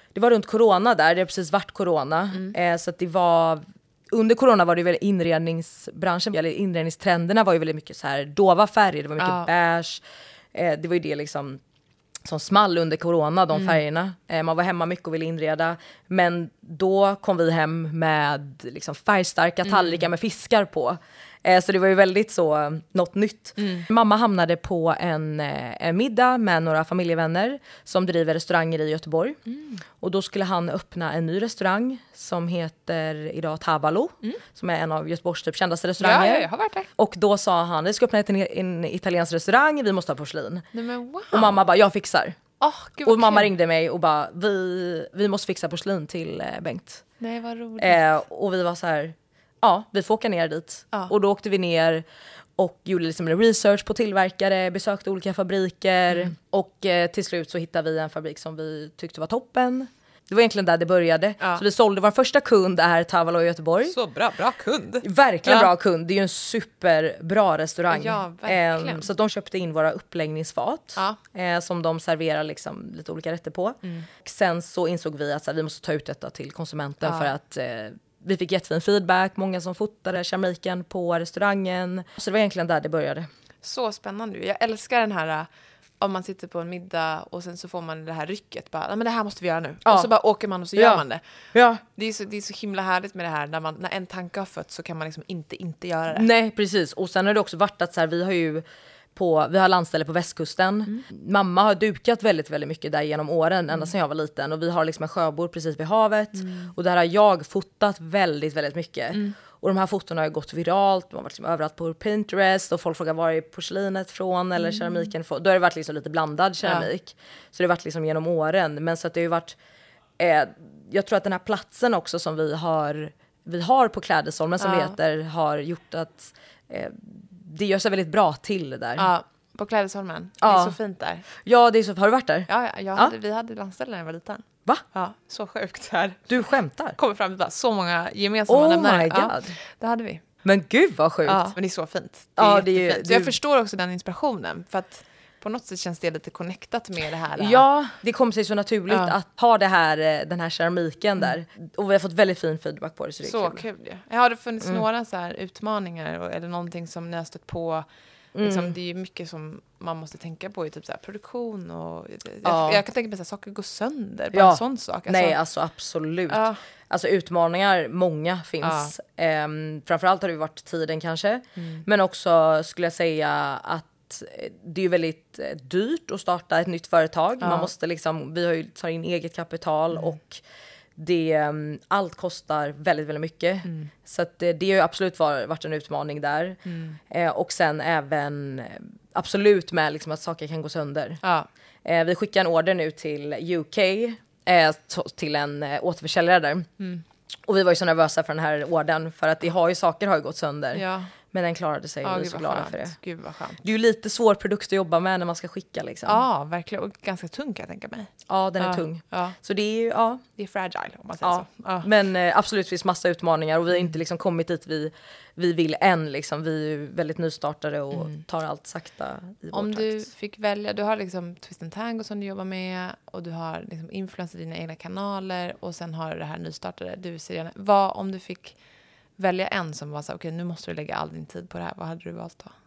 det var runt corona där, det har precis varit corona. Mm. Eh, så att det var, under corona var det väl inredningsbranschen, eller inredningstrenderna var ju väldigt mycket så här dova färger, det var mycket ja. beige. Eh, det var ju det liksom som small under corona, de mm. färgerna. Eh, man var hemma mycket och ville inreda. Men då kom vi hem med liksom färgstarka tallrikar mm. med fiskar på. Eh, så det var ju väldigt så, något nytt. Mm. Mamma hamnade på en, en middag med några familjevänner som driver restauranger i Göteborg. Mm. Och då skulle han öppna en ny restaurang som heter idag Tavolo. Mm. Som är en av Göteborgs typ kändaste restauranger. Ja, ja, jag har varit där. Och då sa han, vi ska öppna en, en italiensk restaurang, vi måste ha porslin. Nej, men wow. Och mamma bara, jag fixar. Oh, Gud, och mamma ringde mig och bara, vi, vi måste fixa porslin till eh, Bengt. Nej, vad roligt. Eh, och vi var så här, ja, vi får åka ner dit. Ja. Och då åkte vi ner och gjorde liksom en research på tillverkare, besökte olika fabriker. Mm. Och eh, till slut så hittade vi en fabrik som vi tyckte var toppen. Det var egentligen där det började. Ja. Så vi sålde, vår första kund är Tavolo i Göteborg. Så bra, bra kund. Verkligen ja. bra kund. Det är ju en superbra restaurang. Ja, verkligen. Eh, så de köpte in våra uppläggningsfat. Ja. Eh, som de serverar liksom lite olika rätter på. Mm. Sen så insåg vi att så här, vi måste ta ut detta till konsumenten ja. för att... Eh, vi fick jättefin feedback, många som fotade keramiken på restaurangen. Så det var egentligen där det började. Så spännande. Jag älskar den här, om man sitter på en middag och sen så får man det här rycket. Bara, men det här måste vi göra nu. Ja. Och så bara åker man och så ja. gör man det. Ja. Det är så, det är så himla härligt med det här. När, man, när en tanke har fötts så kan man liksom inte inte göra det. Nej, precis. Och sen har det också varit att så här, vi har ju... På, vi har landställe på västkusten. Mm. Mamma har dukat väldigt, väldigt mycket där genom åren, ända mm. sedan jag var liten. Och vi har liksom en sjöbord precis vid havet. Mm. Och där har jag fotat väldigt, väldigt mycket. Mm. Och de här fotorna har gått viralt. De har varit liksom överallt på Pinterest. Och folk frågar var är porslinet från eller mm. keramiken från. Då har det varit liksom lite blandad keramik. Ja. Så det har varit liksom genom åren. Men så att det har ju varit... Eh, jag tror att den här platsen också som vi har, vi har på Klädesholmen som ja. heter har gjort att... Eh, det gör sig väldigt bra till där. Ja, på Klädesholmen. Ja. Det är så fint där. Ja, det är så. Har du varit där? Ja, jag hade, ja. vi hade landställe när jag var liten. Va? Ja, så sjukt här. Du skämtar? Kommer fram till så många gemensamma oh nämnare. Oh my god. Ja, det hade vi. Men gud vad sjukt. Ja, men det är så fint. Det är ja, det är, så du... jag förstår också den inspirationen. För att på något sätt känns det lite connectat med det här. Ja, det kom sig så naturligt ja. att ha det här, den här keramiken mm. där. Och vi har fått väldigt fin feedback på det. Så det är så kul. kul ja. Har det funnits mm. några så här utmaningar eller någonting som ni har stött på? Mm. Liksom, det är ju mycket som man måste tänka på i typ så här produktion och ja. jag, jag kan tänka mig att saker går sönder. Bara ja. en sån sak. Alltså, Nej, alltså absolut. Ja. Alltså utmaningar, många finns. Ja. Ehm, framförallt har det varit tiden kanske. Mm. Men också skulle jag säga att det är väldigt dyrt att starta ett nytt företag. Ja. Man måste liksom, vi har ju tagit in eget kapital mm. och det, allt kostar väldigt, väldigt mycket. Mm. Så att det, det har ju absolut varit en utmaning där. Mm. Eh, och sen även absolut med liksom att saker kan gå sönder. Ja. Eh, vi skickar en order nu till U K eh, t- till en eh, återförsäljare där. Mm. Och vi var ju så nervösa för den här ordern för att det har ju, saker har ju gått sönder. Ja. Men den klarade sig och ja, vi är så glada skönt. för det. Gud vad skönt. Det är ju lite svår produkt att jobba med när man ska skicka liksom. Ja, verkligen. Och ganska tung kan jag tänka mig. Ja, den är ja. tung. Ja. Så det är ju, ja. Det är fragile om man säger ja. så. Ja. Men eh, absolut finns massa utmaningar och vi har inte liksom kommit dit vi, vi vill än liksom. Vi är ju väldigt nystartade och mm. tar allt sakta i vår Om takt. du fick välja, du har liksom Twist and Tango som du jobbar med och du har liksom influencer i dina egna kanaler och sen har du det här nystartade, du ser gärna. Vad om du fick välja en som var så okej, okay, nu måste du lägga all din tid på det här. Vad hade du valt då?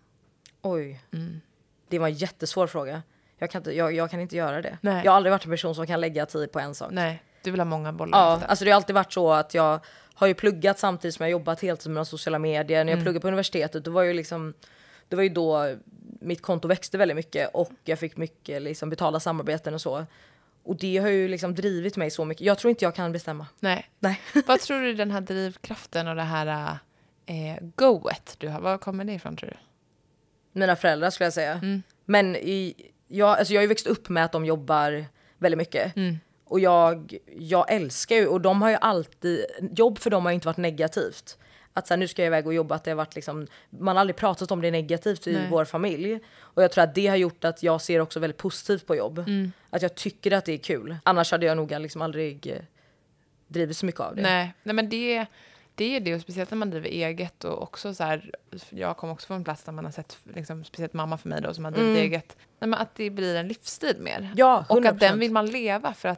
Oj. Mm. Det var en jättesvår fråga. Jag kan inte, jag, jag kan inte göra det. Nej. Jag har aldrig varit en person som kan lägga tid på en sak. Nej, du vill ha många bollar. Ja, alltså det har alltid varit så att jag har ju pluggat samtidigt som jag jobbat heltid med sociala medier. När jag mm. pluggade på universitetet, då var ju liksom, det var ju då mitt konto växte väldigt mycket och jag fick mycket liksom betala samarbeten och så. Och det har ju liksom drivit mig så mycket. Jag tror inte jag kan bestämma. Nej. Nej. Vad tror du den här drivkraften och det här eh, goet du har, var kommer det ifrån tror du? Mina föräldrar skulle jag säga. Mm. Men i, jag, alltså jag har ju växt upp med att de jobbar väldigt mycket. Mm. Och jag, jag älskar ju, och de har ju alltid, jobb för dem har ju inte varit negativt. Att så här, nu ska jag iväg och jobba, att det har varit liksom, man har aldrig pratat om det negativt i Nej. vår familj. Och jag tror att det har gjort att jag ser också väldigt positivt på jobb. Mm. Att jag tycker att det är kul. Annars hade jag nog liksom aldrig eh, drivit så mycket av det. Nej, Nej men det, det är det, och speciellt när man driver eget och också så här, jag kom också från en plats där man har sett, liksom, speciellt mamma för mig då som har drivit mm. eget. Nej, men att det blir en livsstil mer. Ja, och att den vill man leva för att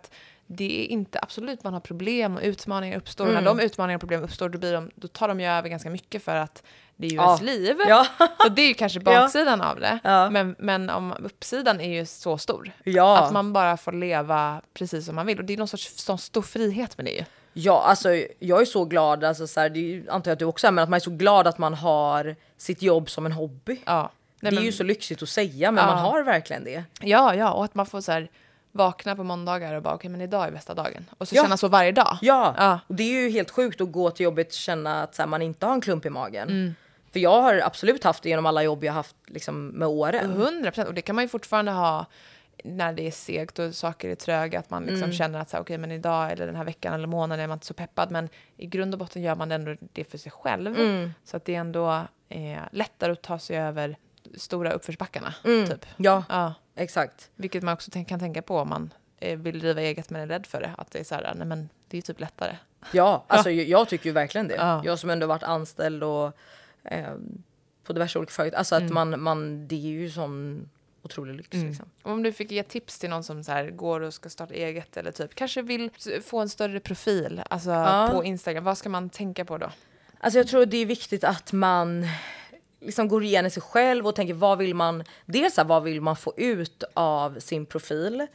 det är inte absolut man har problem och utmaningar uppstår. Mm. Och när de utmaningar och problem uppstår då, blir de, då tar de ju över ganska mycket för att det är ju ja. ens liv. Ja. Så det är ju kanske baksidan ja. av det. Ja. Men, men om uppsidan är ju så stor. Ja. Att man bara får leva precis som man vill. Och det är någon sorts sån stor frihet med det ju. Ja, alltså jag är så glad, alltså, så här, det är ju, antar jag att du också är, men att man är så glad att man har sitt jobb som en hobby. Ja. Nej, det är men, ju så lyxigt att säga, men ja. man har verkligen det. Ja, ja, och att man får så här vakna på måndagar och bara, okej, okay, men idag är bästa dagen. Och så ja. känna så varje dag. Ja, ja. Och det är ju helt sjukt att gå till jobbet och känna att så här, man inte har en klump i magen. Mm. För jag har absolut haft det genom alla jobb jag har haft liksom, med åren. hundra procent, och det kan man ju fortfarande ha när det är segt och saker är tröga, att man liksom Mm. känner att så här, okej, men idag eller den här veckan eller månaden är man inte så peppad, men i grund och botten gör man ändå det för sig själv. Mm. Så att det är ändå eh, lättare att ta sig över stora uppförsbackarna. Mm. Typ. Ja, Ja, exakt. vilket man också tänk, kan tänka på om man eh, vill driva eget men är rädd för det. Att det är så här, nej men det är typ lättare. Ja, alltså jag, jag tycker ju verkligen det. Ja. Jag som ändå varit anställd och eh, på diverse olika företag. Alltså att Mm. man, man, det är ju sån otrolig lyx Mm. liksom. Om du fick ge tips till någon som så här går och ska starta eget eller typ kanske vill få en större profil alltså Ja. på Instagram, vad ska man tänka på då? Alltså jag tror det är viktigt att man liksom går igenom sig själv och tänker vad vill man, dels här, vad vill man få ut av sin profil.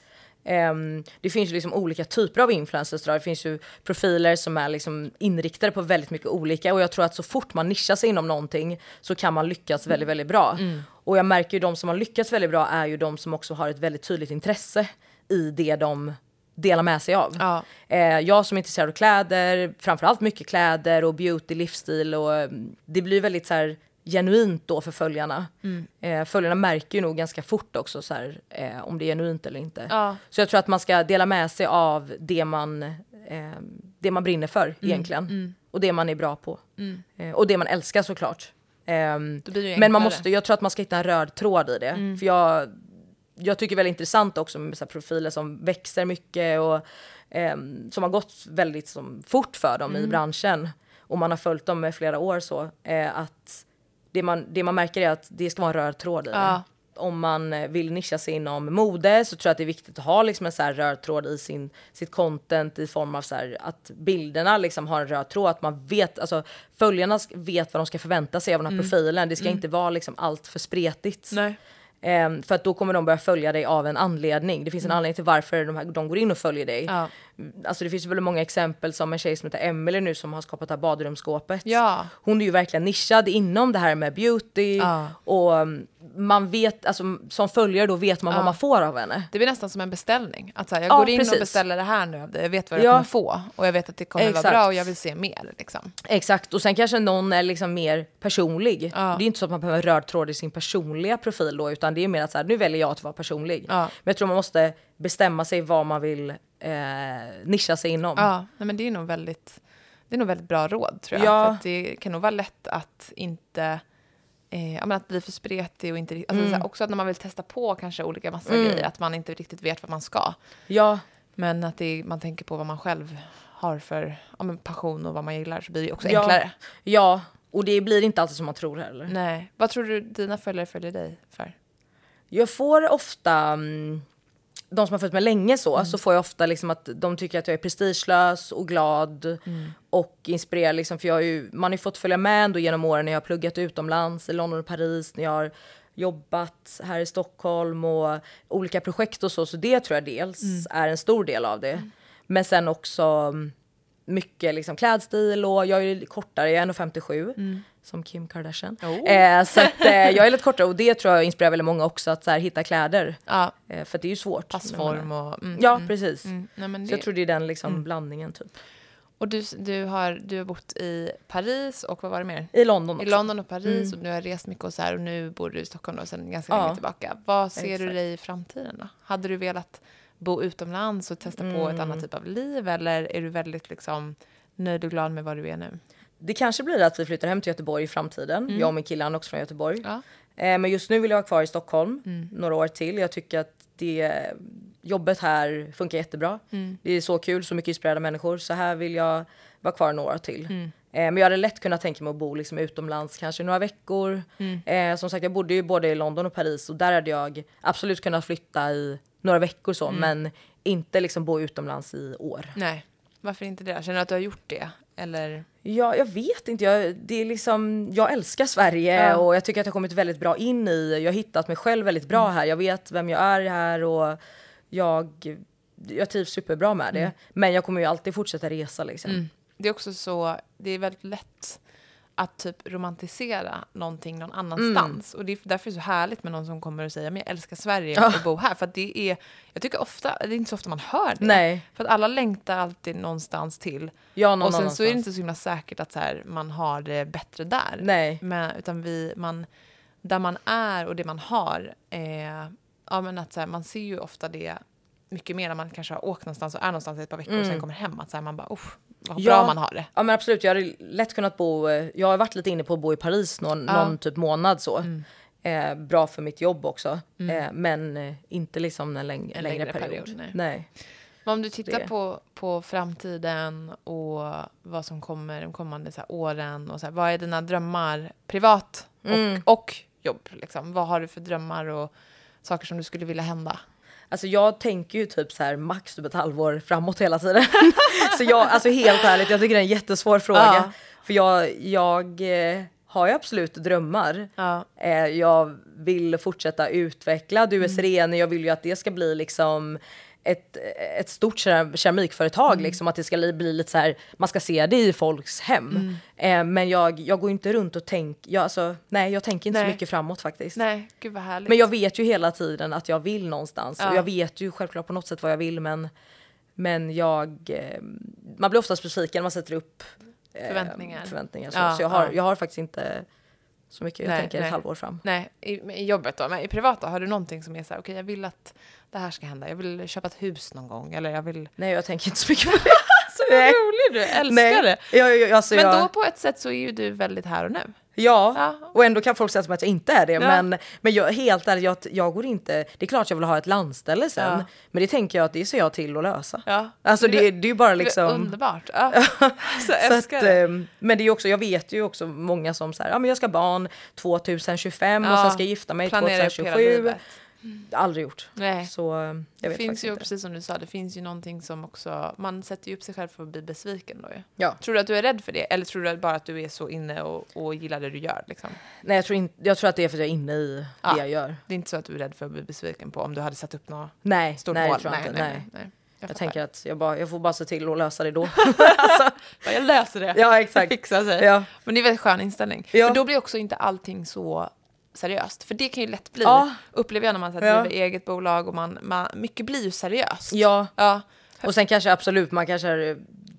Um, det finns ju liksom olika typer av influencers. Det finns ju profiler som är liksom inriktade på väldigt mycket olika, och jag tror att så fort man nischar sig inom någonting så kan man lyckas väldigt, väldigt bra. Mm. Och jag märker ju de som har lyckats väldigt bra är ju de som också har ett väldigt tydligt intresse i det de delar med sig av. Ja. Eh, jag som är intresserad av kläder, framförallt mycket kläder och beauty, livsstil, och um, det blir väldigt så här genuint då för följarna. Mm. Eh, följarna märker ju nog ganska fort också så här, eh, om det är genuint eller inte. Ja. Så jag tror att man ska dela med sig av det man, eh, det man brinner för mm. egentligen. Mm. Och det man är bra på. Mm. Eh, och det man älskar såklart. Eh, men man måste, jag tror att man ska hitta en röd tråd i det. Mm. För jag, jag tycker det är väldigt intressant också med så här profiler som växer mycket och eh, som har gått väldigt som, fort för dem mm. i branschen. Och man har följt dem med flera år så. Eh, att Det man, det man märker är att det ska vara en röd tråd i ja. det. Om man vill nischa sig inom mode så tror jag att det är viktigt att ha liksom en så här röd tråd i sin, sitt content i form av så här, att bilderna liksom har en röd tråd. Att man vet, alltså följarna vet vad de ska förvänta sig av den här mm. profilen. Det ska mm. inte vara liksom allt för spretigt. Nej. Um, för att då kommer de börja följa dig av en anledning. Det finns en mm. anledning till varför de, här, de går in och följer dig. Ja. Alltså det finns väldigt många exempel som en tjej som heter Emily nu som har skapat det här badrumsskåpet. Ja. Hon är ju verkligen nischad inom det här med beauty. Ja. Och um, man vet, alltså som följare då vet man ja. vad man får av henne. Det blir nästan som en beställning. Att så här, jag ja, går in precis. och beställer det här nu. Jag vet vad jag ja. kommer få. Och jag vet att det kommer Exakt. vara bra och jag vill se mer. Liksom. Exakt. Och sen kanske någon är liksom mer personlig. Ja. Det är inte så att man behöver en röd tråd i sin personliga profil då. Utan det är mer att så här, nu väljer jag att vara personlig. Ja. Men jag tror man måste bestämma sig vad man vill eh, nischa sig inom. Ja, nej, men det är nog väldigt, det är nog väldigt bra råd tror jag. Ja. För att det kan nog vara lätt att inte eh, ja, men att bli för spretig och inte alltså, mm. så här, också att när man vill testa på kanske olika massa mm. grejer, att man inte riktigt vet vad man ska. Ja. Men att det, man tänker på vad man själv har för ja, men passion och vad man gillar, så blir det också ja. enklare. Ja, och det blir inte alltid som man tror heller. Nej. Vad tror du dina följare följer dig för? Jag får ofta, de som har följt mig länge så, mm. så får jag ofta liksom att de tycker att jag är prestigelös och glad mm. och inspirerad. Liksom, för jag har ju, man har ju fått följa med ändå genom åren när jag har pluggat utomlands, i London och Paris, när jag har jobbat här i Stockholm och olika projekt och så. Så det tror jag dels mm. är en stor del av det. Mm. Men sen också mycket liksom klädstil, och jag är kortare, jag är en komma femtiosju mm. som Kim Kardashian. Oh. Eh, så att, eh, jag är lite kortare, och det tror jag inspirerar väldigt många också, att så här, hitta kläder. Ja. Eh, för det är ju svårt. Passform och... Mm, ja, precis. Mm. Nej, men det... Så jag tror det är den liksom mm. blandningen typ. Och du, du, har, du har bott i Paris och vad var det mer? I London också. I London och Paris mm. och du har rest mycket och så här, och nu bor du i Stockholm då, sen ganska ja. länge tillbaka. Vad ser Exakt. du dig i framtiden då? Hade du velat bo utomlands och testa mm. på ett annat typ av liv, eller är du väldigt liksom nöjd och glad med vad du är nu? Det kanske blir att vi flyttar hem till Göteborg i framtiden. Mm. Jag och min kille är också från Göteborg. Ja. Eh, men just nu vill jag vara kvar i Stockholm mm. några år till. Jag tycker att det, jobbet här funkar jättebra. Mm. Det är så kul, så mycket inspirerade människor. Så här vill jag vara kvar några år till. Mm. Eh, men jag hade lätt kunnat tänka mig att bo liksom utomlands kanske några veckor. Mm. Eh, som sagt, jag bodde ju både i London och Paris, och där hade jag absolut kunnat flytta i några veckor så. Mm. Men inte liksom bo utomlands i år. Nej, varför inte det? Känner du att du har gjort det? Eller? Ja, jag vet inte. Jag, det är liksom, jag älskar Sverige ja. och jag tycker att jag har kommit väldigt bra in i. Jag har hittat mig själv väldigt bra mm. här. Jag vet vem jag är här och jag, jag trivs superbra med det. Mm. Men jag kommer ju alltid fortsätta resa liksom. Mm. Det är också så, det är väldigt lätt att typ romantisera någonting någon annanstans. Mm. Och det är därför är det så härligt med någon som kommer och säger men jag älskar Sverige ja. och bo här. För att det är, jag tycker ofta, det är inte så ofta man hör det. Nej. För att alla längtar alltid någonstans till. Ja, någon och sen annanstans. så är det inte så himla säkert att så här, man har det bättre där. Nej. Men, utan vi, man, där man är och det man har, eh, ja men att så här, man ser ju ofta det mycket mer när man kanske har åkt någonstans och är någonstans i ett par veckor mm. och sen kommer hem. Att så här, man bara, uff. Vad ja, bra man har det. Ja men absolut, jag hade lätt kunnat bo, jag har varit lite inne på att bo i Paris någon, ja. någon typ månad så. Mm. Eh, bra för mitt jobb också. Mm. Eh, men eh, inte liksom en, läng- en längre, längre period. period nej. nej. Men om du tittar på, på framtiden och vad som kommer de kommande så här, åren och så här, vad är dina drömmar privat och, mm. och jobb? Liksom? Vad har du för drömmar och saker som du skulle vilja hända? Alltså jag tänker ju typ så här max typ ett halvår framåt hela tiden. Så jag, alltså helt ärligt, jag tycker det är en jättesvår fråga. Ja. För jag, jag eh, har ju absolut drömmar. Ja. Eh, jag vill fortsätta utveckla Du är Siren. Mm. Jag vill ju att det ska bli liksom ett, ett stort keramikföretag. Mm. Liksom, att det ska bli lite så här, man ska se det i folks hem. Mm. Eh, men jag, jag går inte runt och tänker, jag, alltså, nej jag tänker inte nej. så mycket framåt faktiskt. Nej, gud vad härligt. Men jag vet ju hela tiden att jag vill någonstans. Ja. Och jag vet ju självklart på något sätt vad jag vill. Men, men jag, eh, man blir oftast besviken när man sätter upp eh, förväntningar. förväntningar så. Ja, så jag har, ja. jag har faktiskt inte så mycket, jag nej, tänker nej. ett halvår fram. Nej, i, i jobbet då. Men i privata, har du någonting som är så här, okej okay, jag vill att det här ska hända. Jag vill köpa ett hus någon gång. Eller jag vill... Nej, jag tänker inte så mycket på det. Så rolig du, älskar nej. det. Ja, ja, alltså, men jag... då på ett sätt så är ju du väldigt här och nu. Ja, ja. Och ändå kan folk säga som att jag inte är det. Ja. Men, men jag, helt ärligt, jag, jag går inte... Det är klart jag vill ha ett landställe sen. Ja. Men det tänker jag att det ser jag till att lösa. Ja. Alltså det, det, det är ju bara liksom... Det är underbart. Ja. Så älskar så att, det. Men det är också, jag vet ju också många som säger ja men jag ska barn tjugohundratjugofem ja. och sen ska jag gifta mig tjugohundratjugosju. Mm. Aldrig gjort. Nej. Så jag vet det finns ju, inte. Precis som du sa, det finns ju någonting som också, man sätter ju upp sig själv för att bli besviken då ju. Ja. Tror du att du är rädd för det? Eller tror du bara att du är så inne och, och gillar det du gör liksom? Nej, jag tror, in, jag tror att det är för att jag är inne i ja. det jag gör. Det är inte så att du är rädd för att bli besviken på om du hade satt upp något nej, stort nej, mål? Tror jag nej, inte. nej, nej, nej. nej. Jag, jag tänker att jag, bara, jag får bara se till att lösa det då. alltså, jag löser det. Ja, exakt. Fixa sig. Ja. Men det är väldigt skön inställning. Ja. För då blir också inte allting så seriöst. För det kan ju lätt bli, ja. upplever jag när man driver ja. eget bolag och man, man, mycket blir ju seriöst. Ja. ja, och sen kanske absolut, man kanske är,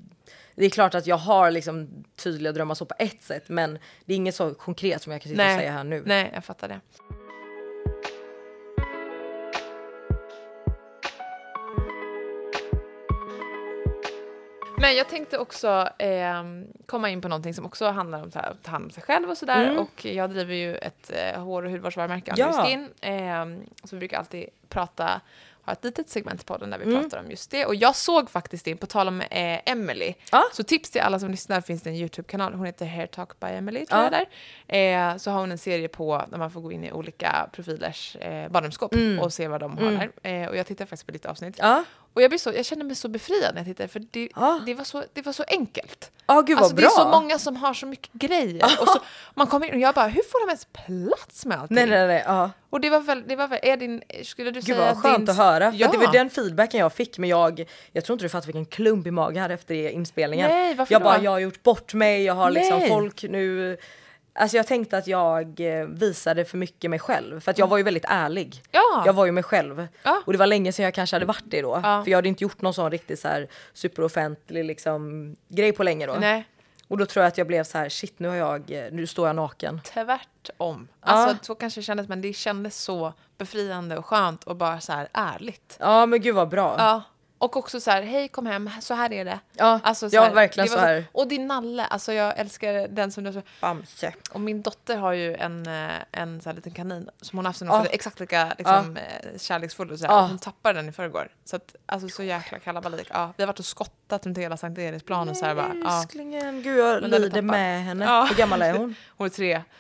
det är klart att jag har liksom tydliga drömmar så på ett sätt, men det är inget så konkret som jag kan sitta Nej. och säga här nu. Nej, jag fattar det. Men jag tänkte också eh, komma in på någonting som också handlar om att ta hand om sig själv och sådär. Mm. Och jag driver ju ett eh, hår- och hudvårdsvarumärke, ja. Under Skin. Eh, så vi brukar alltid prata, ha ett litet segment på den där vi mm. pratar om just det. Och jag såg faktiskt det, på tal om eh, Emily. Ah. Så tips till alla som lyssnar, finns det en YouTube-kanal. Hon heter Hair Talk by Emily, tror ah. jag där. Eh, så har hon en serie på där man får gå in i olika profilers eh, badrumsskåp mm. och se vad de har mm. där. Eh, och jag tittade faktiskt på lite avsnitt. Ah. Och jag, blir så, jag kände mig så befriad när jag tittade, för det, ah. det, var, så, det var så enkelt. Ah, gud, alltså, vad bra. Det är så många som har så mycket grejer. Ah. Och så, man kommer in och jag bara, hur får de ens plats med allting? Nej, nej, nej. Ah. Och det var väl, det var väl, är din, skulle du gud, säga... Gud vad skönt din, att höra. Ja. För det var den feedbacken jag fick, men jag, jag tror inte du fattar vilken klump i magen här efter det inspelningen. Nej, varför jag då? bara, jag har gjort bort mig, jag har liksom nej. folk nu... Alltså jag tänkte att jag visade för mycket mig själv. För att jag var ju väldigt ärlig. Ja. Jag var ju mig själv. Ja. Och det var länge sedan jag kanske hade varit det då. Ja. För jag hade inte gjort någon sån riktigt så här superoffentlig liksom, grej på länge då. Nej. Och då tror jag att jag blev så här, shit nu har jag, nu står jag naken. Tvärtom. Alltså ja. så kanske det kändes, men det kändes så befriande och skönt och bara så här ärligt. Ja men gud vad bra. Ja. Och också så här, hej kom hem, så här är det. Ja, alltså, så ja här, verkligen så här. Så, och din nalle, alltså jag älskar den som du så. Bamse. Och min dotter har ju en, en så här liten kanin som hon har haft sen hon ja. exakt lika liksom, ja. kärleksfull och så här. Ja. Hon tappade den i förrgår. Så att, alltså så jäkla kalabalik. Ja, vi har varit och skottat runt hela Sankt Eriksplan och så här bara. Ja. Älsklingen, gud jag lider med henne. Ja. Hur gammal är hon? Hon är tre.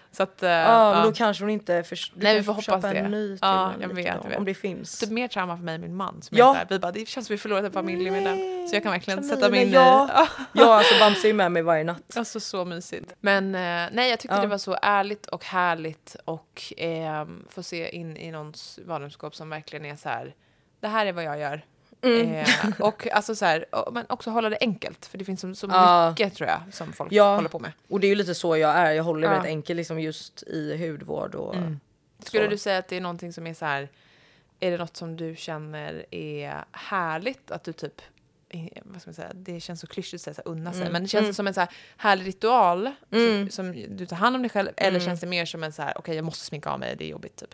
Så att, uh, ja, men uh. då kanske hon inte... För, Nej, vi får hoppas det. En ny ja, jag vet, jag vet. Om det finns. Typ mer trauma för mig och min man. Som ja. är så här, vi bara, det känns som vi förlorat en familj med den. Så jag kan verkligen Kaniner, sätta mig in ja. i... ja, alltså Bamse är med mig varje natt. Alltså så mysigt. Men uh, nej, jag tyckte ja. det var så ärligt och härligt och eh, få se in i någons vardagsskap som verkligen är så här, det här är vad jag gör. Mm. Eh, och alltså så här, men också hålla det enkelt, för det finns så, så ja. mycket tror jag som folk ja. håller på med. Och det är ju lite så jag är, jag håller ja. väldigt enkelt liksom just i hudvård och mm. Skulle du säga att det är någonting som är så här, är det något som du känner är härligt att du typ, vad ska man säga, det känns så klyschigt att säga unna sig, mm. men det känns mm. som en så här härlig ritual mm. som, som du tar hand om dig själv, eller mm. känns det mer som en så här, okej okay, jag måste sminka av mig, det är jobbigt typ.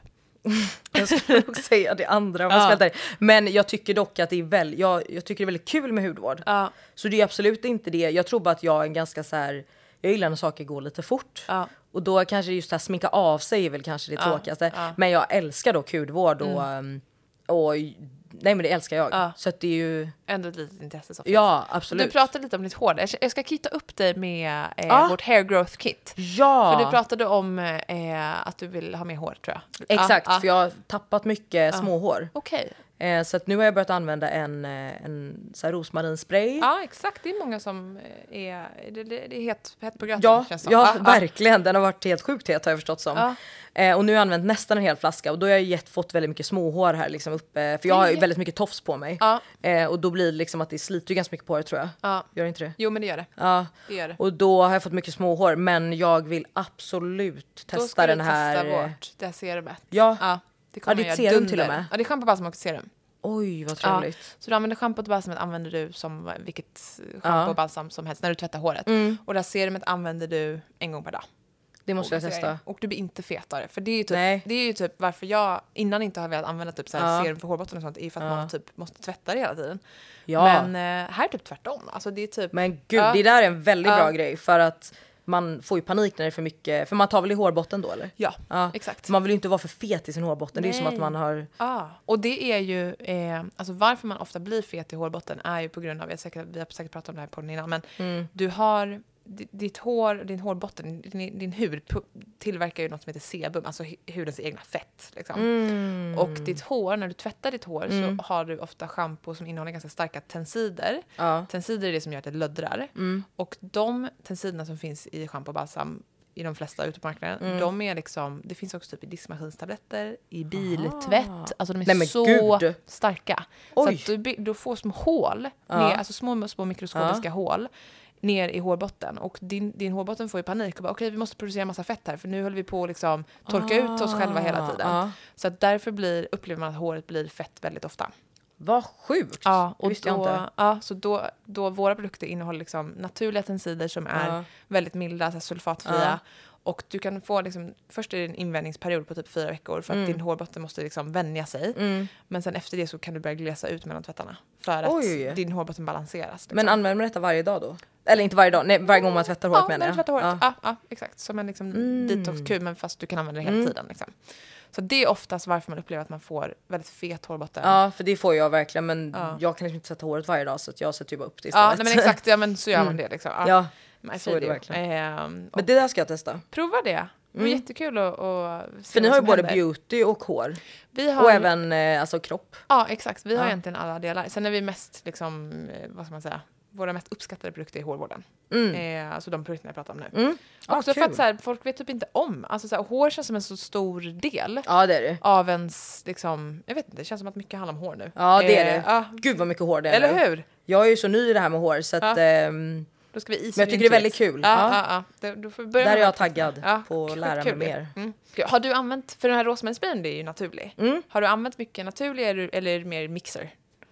Jag skulle nog säga det andra. Ja. Men jag tycker dock att det är väl, jag, jag tycker det är väldigt kul med hudvård. Ja. Så det är absolut inte det. Jag tror bara att jag är ganska så här, jag gillar när saker går lite fort. Ja. Och då kanske just det här sminka av sig är väl kanske det ja. tråkigaste. Ja. Men jag älskar dock hudvård och, mm. och nej men det älskar jag. Ja. Så att det är ju ändå ett litet intresse. Så ja, absolut. Du pratade lite om ditt hår. Jag ska kitta upp dig med eh, ah. vårt hair growth kit. Ja. För du pratade om eh, att du vill ha mer hår, tror jag. Exakt, ah, för jag har tappat mycket ah. småhår. Okej. Okay. Eh, så att nu har jag börjat använda en, en så här rosmarinspray. Ja, exakt. Det är många som är... Det, det, det är het, het på gröten, ja, känns som. Ja, ah, verkligen. Den har varit helt sjukt het, har jag förstått som. Ah. Eh, och nu har jag använt nästan en hel flaska. Och då har jag gett, fått väldigt mycket småhår här liksom uppe. För jag har ju väldigt mycket tofs på mig. Ah. Eh, och då blir det liksom att det sliter ganska mycket på det, tror jag. Ah. Gör det inte det? Jo, men det gör det. Ja. Det gör det. Och då har jag fått mycket småhår. Men jag vill absolut testa den här... Då ska du testa vårt, det här serumet. Ja. Ah. Det kommer ja, det är serum till och med. Ja, det är schampo, balsam och serum. Oj, vad trevligt. Ja, så du använder schampo och balsamet använder du som vilket schampo och ja. balsam som helst när du tvättar håret. Mm. Och det här serumet använder du en gång per dag. Det måste jag testa. Och du blir inte fetare. För det är ju typ, det är ju typ varför jag innan inte har velat använda typ så här ja. serum för hårbotten och sånt, är för att ja. man typ måste tvätta det hela tiden. Ja. Men eh, här är typ tvärtom. Alltså det är typ... Men gud, ja. det där är en väldigt ja. bra grej för att man får ju panik när det är för mycket, för man tar väl i hårbotten då eller? Ja, ja. exakt. Man vill ju inte vara för fet i sin hårbotten. Nej. Det är ju som att man har... Ja, och det är ju, eh, alltså varför man ofta blir fet i hårbotten är ju på grund av, jag säkert, vi har säkert pratat om det här på den innan, men mm. du har, ditt hår, din hårbotten, din, din hud tillverkar ju något som heter sebum, alltså hudens egna fett. Liksom. Mm. Och ditt hår, när du tvättar ditt hår mm. så har du ofta shampoo som innehåller ganska starka tensider. Ja. Tensider är det som gör att det löddrar. Mm. Och de tensiderna som finns i shampoo och balsam i de flesta ute på marknaden, mm. de är liksom, det finns också typ i diskmaskinstabletter, i biltvätt, ah. alltså de är Nej, så Gud. starka. Oj. Så att du, du får små hål, ja. ner, alltså små, små mikroskopiska ja. hål ner i hårbotten, och din, din hårbotten får ju panik och bara okej, okay, vi måste producera massa fett här för nu håller vi på att liksom torka ah. ut oss själva hela tiden. Ah. Så att därför blir, upplever man att håret blir fett väldigt ofta. Vad sjukt! Ja, och visste då, jag inte. Ja, så då, då våra produkter innehåller liksom naturliga tensider som är ja. väldigt milda, så här sulfatfria. Ja. Och du kan få liksom, först är det en invändningsperiod på typ fyra veckor för att mm. din hårbotten måste liksom vänja sig. Mm. Men sen efter det så kan du börja glesa ut mellan tvättarna för att Oj. din hårbotten balanseras. Liksom. Men använder man detta varje dag då? Eller inte varje dag, nej, varje gång man tvättar håret ja, menar jag. Ja, tvättar håret. Ja. Ja, ja, exakt. Som en liksom mm. detox-kur, men fast du kan använda det hela mm. tiden. Liksom. Så det är oftast varför man upplever att man får väldigt fet hårbotten. Ja, för det får jag verkligen. Men ja. jag kan liksom inte sätta håret varje dag, så att jag sätter ju bara upp det istället. Ja, nej, men exakt. Ja, men så gör man mm. det. Liksom. Ja, ja men så är det verkligen. Eh, men det där ska jag testa. Prova det. Det var mm. jättekul att, att se. För ni har ju både händer. beauty och hår. Vi har, och även eh, alltså kropp. Ja, exakt. Vi har ja. egentligen alla delar. Sen är vi mest, liksom, vad ska man säga, våra mest uppskattade produkter i hårvården. Mm. Eh, alltså de produkterna jag pratar om nu. Mm. Ah, också kul. För att så här, folk vet typ inte om. Alltså så här, hår känns som en så stor del. Ja, det är det. Av ens, liksom, jag vet inte, det känns som att mycket handlar om hår nu. Ja, det är eh, det. Ah. Gud vad mycket hår det är. Eller nu. hur? Jag är ju så ny i det här med hår, så att... Ah. Ehm, Då ska vi men jag tycker det är väldigt kul. Ja, ja. Ja, ja. Du får börja där är jag taggad ja, på att lära mig kul. mer. Mm. Har du använt, för den här rosmarinsprayen, det är ju naturlig. Mm. Har du använt mycket naturlig eller, eller mer mixer?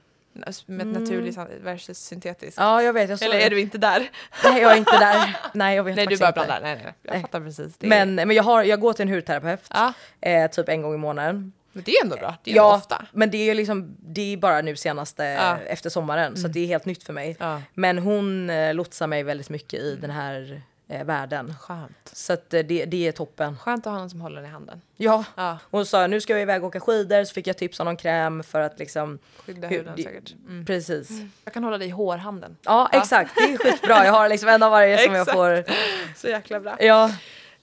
Med mm. naturlig versus syntetisk. Ja, jag vet. Jag eller är du inte där? Nej, jag är inte där. Nej, jag vet nej, faktiskt du bara inte. Blandar. Nej, nej, jag nej. fattar precis. Det men men jag, har, jag går till en hudterapeut ja. eh, typ en gång i månaden. Men det är ändå bra. Det är ja, ofta. Men det är ju liksom, det är bara nu senaste ja. efter sommaren. Mm. Så det är helt nytt för mig. Ja. Men hon eh, lotsar mig väldigt mycket i mm. den här eh, världen. Skönt. Så att, eh, det, det är toppen. Skönt att ha någon som håller den i handen. Ja. ja. Hon sa, nu ska jag iväg och åka skidor. Så fick jag tips om någon kräm för att liksom... skydda huden säkert. Mm. Precis. Mm. Jag kan hålla dig i hårhanden. Ja, ja, exakt. Det är skitbra. Jag har liksom en av varje som jag får... Så jäkla bra. Ja.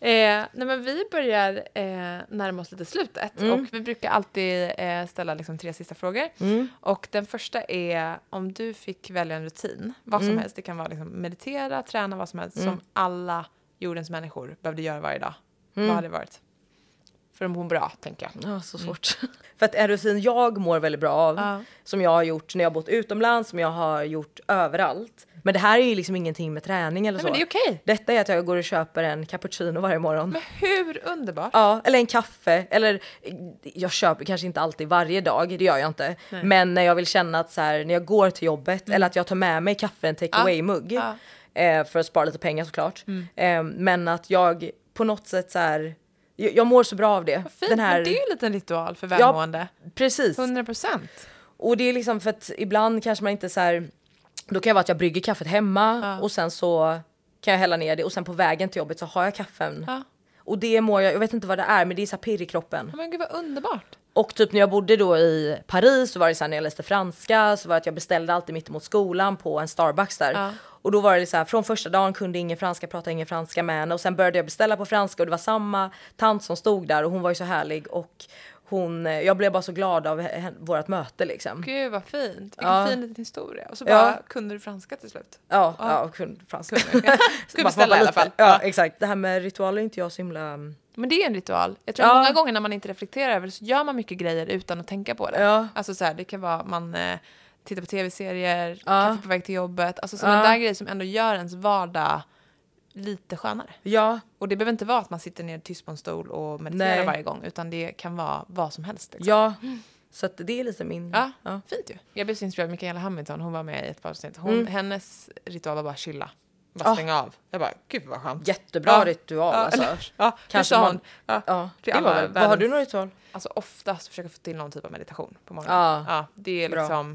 Eh, nej men vi börjar eh, närma oss lite slutet. Mm. Och vi brukar alltid eh, ställa liksom tre sista frågor. Mm. Och den första är om du fick välja en rutin. Vad som Mm. helst. Det kan vara liksom meditera, träna, vad som helst. Mm. Som alla jordens människor behövde göra varje dag. Mm. Vad hade det varit? För att må bra, tänker jag. Ja, så svårt. Mm. För att en rutin jag mår väldigt bra av, Ja. som jag har gjort när jag har bott utomlands, som jag har gjort överallt. Men det här är ju liksom ingenting med träning eller Nej, så. men det är okej. Detta är att jag går och köper en cappuccino varje morgon. Men hur underbart? Ja, eller en kaffe. Eller jag köper kanske inte alltid varje dag, det gör jag inte. Nej. Men när jag vill känna att så här, när jag går till jobbet, eller att jag tar med mig kaffe, en take away-mugg. Ja. Eh, för att spara lite pengar såklart. Mm. Eh, men att jag på något sätt så här, jag, jag mår så bra av det. Vad fint, Den här, men det är ju en liten ritual för välmående. precis. hundra procent. Och det är liksom för att ibland kanske man inte så här, då kan det vara att jag brygger kaffet hemma Ja. och sen så kan jag hälla ner det och sen på vägen till jobbet så har jag kaffen. Ja. Och det mår jag, jag vet inte vad det är, men det är så här pirr i kroppen. Men gud vad underbart. Och typ när jag bodde då i Paris så var det så här, när jag läste franska så var det att jag beställde alltid mitt emot skolan på en Starbucks där. Ja. Och då var det så här, från första dagen kunde ingen franska, prata ingen franska med henne. Och sen började jag beställa på franska och det var samma tant som stod där och hon var ju så härlig. Och hon, jag blev bara så glad av henne, vårat möte liksom. Gud vad fint. Vilken Ja. fin liten historia. Och så Ja. bara kunde du franska till slut. Ja, Ja. ja, kunde franska. Kunde Bara beställa i alla lite. fall. Ja, Ja. exakt. Det här med ritualer är inte jag så himla... Men det är en ritual. Jag tror Ja. att många gånger när man inte reflekterar över det så gör man mycket grejer utan att tänka på det. Ja. Alltså så här, det kan vara man eh, tittar på tv-serier, Ja. kaffe på väg till jobbet. Alltså sådana Ja. där grejer som ändå gör ens vardag lite skönare. Ja, Och det behöver inte vara att man sitter ner tyst på en stol och mediterar Nej. varje gång. Utan det kan vara vad som helst. Liksom. ja. Så att det är lite min... Ja. Ja. Fint ju. Jag blev så inspirerad av Michaela Hamilton. Hon var med i ett par avsnitt. Hon, Mm. Hennes ritual var bara chilla. Bara Ah. stänga av. Jag bara, gud vad skönt. Jättebra Ja. ritual Ja, alltså. eller- ja, Kanske kanske man... man- Ja. Ja, Till det alla var väl. Vad har världens- du någon ritual? Alltså oftast försöka få till någon typ av meditation på morgonen. Ja. Ja, det är Bra. liksom...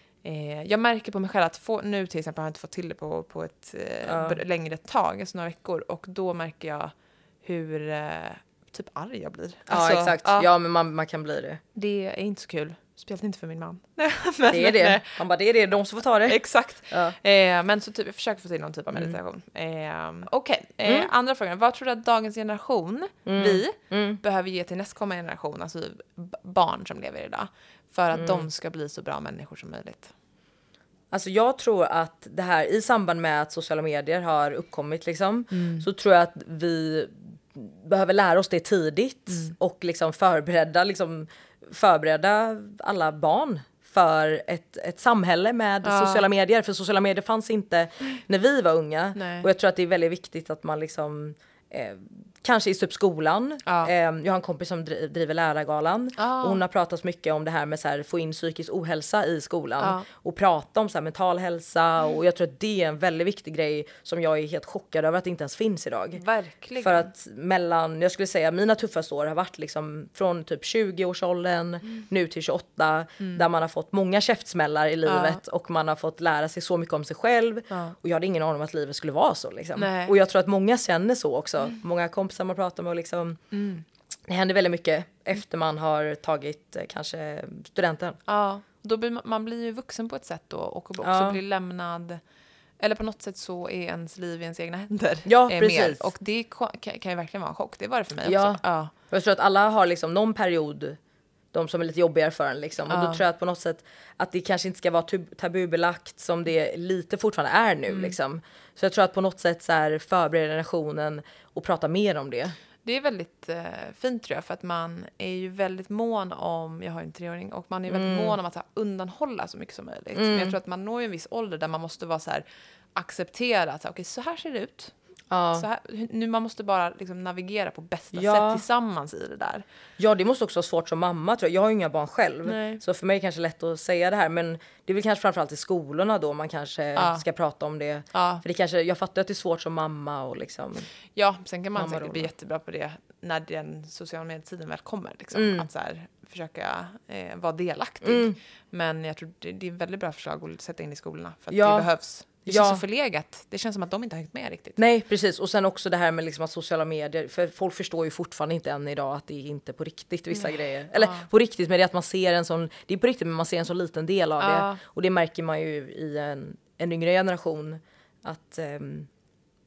Eh, jag märker på mig själv att få, nu till exempel har jag inte fått till det på, på ett eh, Ja. b- längre tag, alltså några veckor. Och då märker jag hur eh, typ arg jag blir. Alltså, Ja, exakt. Ja, Ja, men man, man kan bli det. Det är inte så kul. Speciellt inte för min man. Det är det. Man bara, det är det. De som får ta det. Exakt. Ja. Eh, men så typ, jag försöker få till någon typ av Mm. meditation. Eh, Okej, eh, Mm. andra frågan. Vad tror du att dagens generation, Mm. vi, Mm. behöver ge till nästkommande generation, alltså b- barn som lever idag, för att Mm. de ska bli så bra människor som möjligt? Alltså jag tror att det här i samband med att sociala medier har uppkommit liksom, Mm. så tror jag att vi behöver lära oss det tidigt Mm. och liksom förbereda, liksom, förbereda alla barn för ett, ett samhälle med Ja. sociala medier. För sociala medier fanns inte när vi var unga. Nej. Och jag tror att det är väldigt viktigt att man liksom eh, kanske i typ skolan. Ja. Eh, jag har en kompis som dri- driver Lärargalan. Ah. Och hon har pratat mycket om det här med så här, få in psykisk ohälsa i skolan. Ja. Och prata om så här, mental hälsa. Och jag tror att det är en väldigt viktig grej som jag är helt chockad över att det inte ens finns idag. Verkligen. För att mellan, jag skulle säga mina tuffaste år har varit liksom från typ tjugo-årsåldern Mm. nu till tjugoåtta. Där man har fått många käftsmällar i livet. Och man har fått lära sig så mycket om sig själv. Ja. Och jag hade ingen aning om att livet skulle vara så liksom. Nej. Och jag tror att många känner så också. Många kompisar man pratar med och liksom. Mm. Det händer väldigt mycket efter man har tagit eh, kanske studenten. Ja, då blir man, man blir ju vuxen på ett sätt då och också Ja. blir lämnad, eller på något sätt så är ens liv i ens egna händer. Ja, eh, precis. Mer. Och det kan, kan ju verkligen vara en chock. Det var det för mig Ja. också. Ja. Och jag tror att alla har liksom någon period, de som är lite jobbigare för en liksom. Och Ja. då tror jag att på något sätt att det kanske inte ska vara tub- tabubelagt som det lite fortfarande är nu Mm. liksom. Så jag tror att på något sätt så här förbereda generationen och prata mer om det. Det är väldigt eh, fint tror jag, för att man är ju väldigt mån om, jag har ju en treåring, och man är väldigt Mm. mån om att så här, undanhålla så mycket som möjligt. Mm. Men jag tror att man når ju en viss ålder där man måste vara så här, acceptera att så, här, okej, så här ser det ut. Ja. Så här, nu man måste bara liksom navigera på bästa Ja. sätt tillsammans i det där. Ja, det måste också vara svårt som mamma tror jag. Jag har ju inga barn själv. Nej. Så för mig är det kanske lätt att säga det här. Men det är väl kanske framförallt i skolorna då man kanske Ja. ska prata om det. Ja. För det kanske, jag fattar att det är svårt som mamma och liksom. Ja, sen kan man Mamma säkert då. bli jättebra på det när den sociala medietiden väl kommer. Liksom. Mm. Att så här, försöka eh, vara delaktig. Mm. Men jag tror det, det är ett väldigt bra förslag att sätta in i skolorna. För att Ja. det behövs. Det Ja. känns så förlegat. Det känns som att de inte har hängt med riktigt. Nej, precis. Och sen också det här med liksom att sociala medier, för folk förstår ju fortfarande inte än idag att det är inte på riktigt vissa grejer. Eller Ja. på riktigt, men det är att man ser en sån, det är på riktigt men man ser en så liten del av Ja. det. Och det märker man ju i en, en yngre generation att ehm,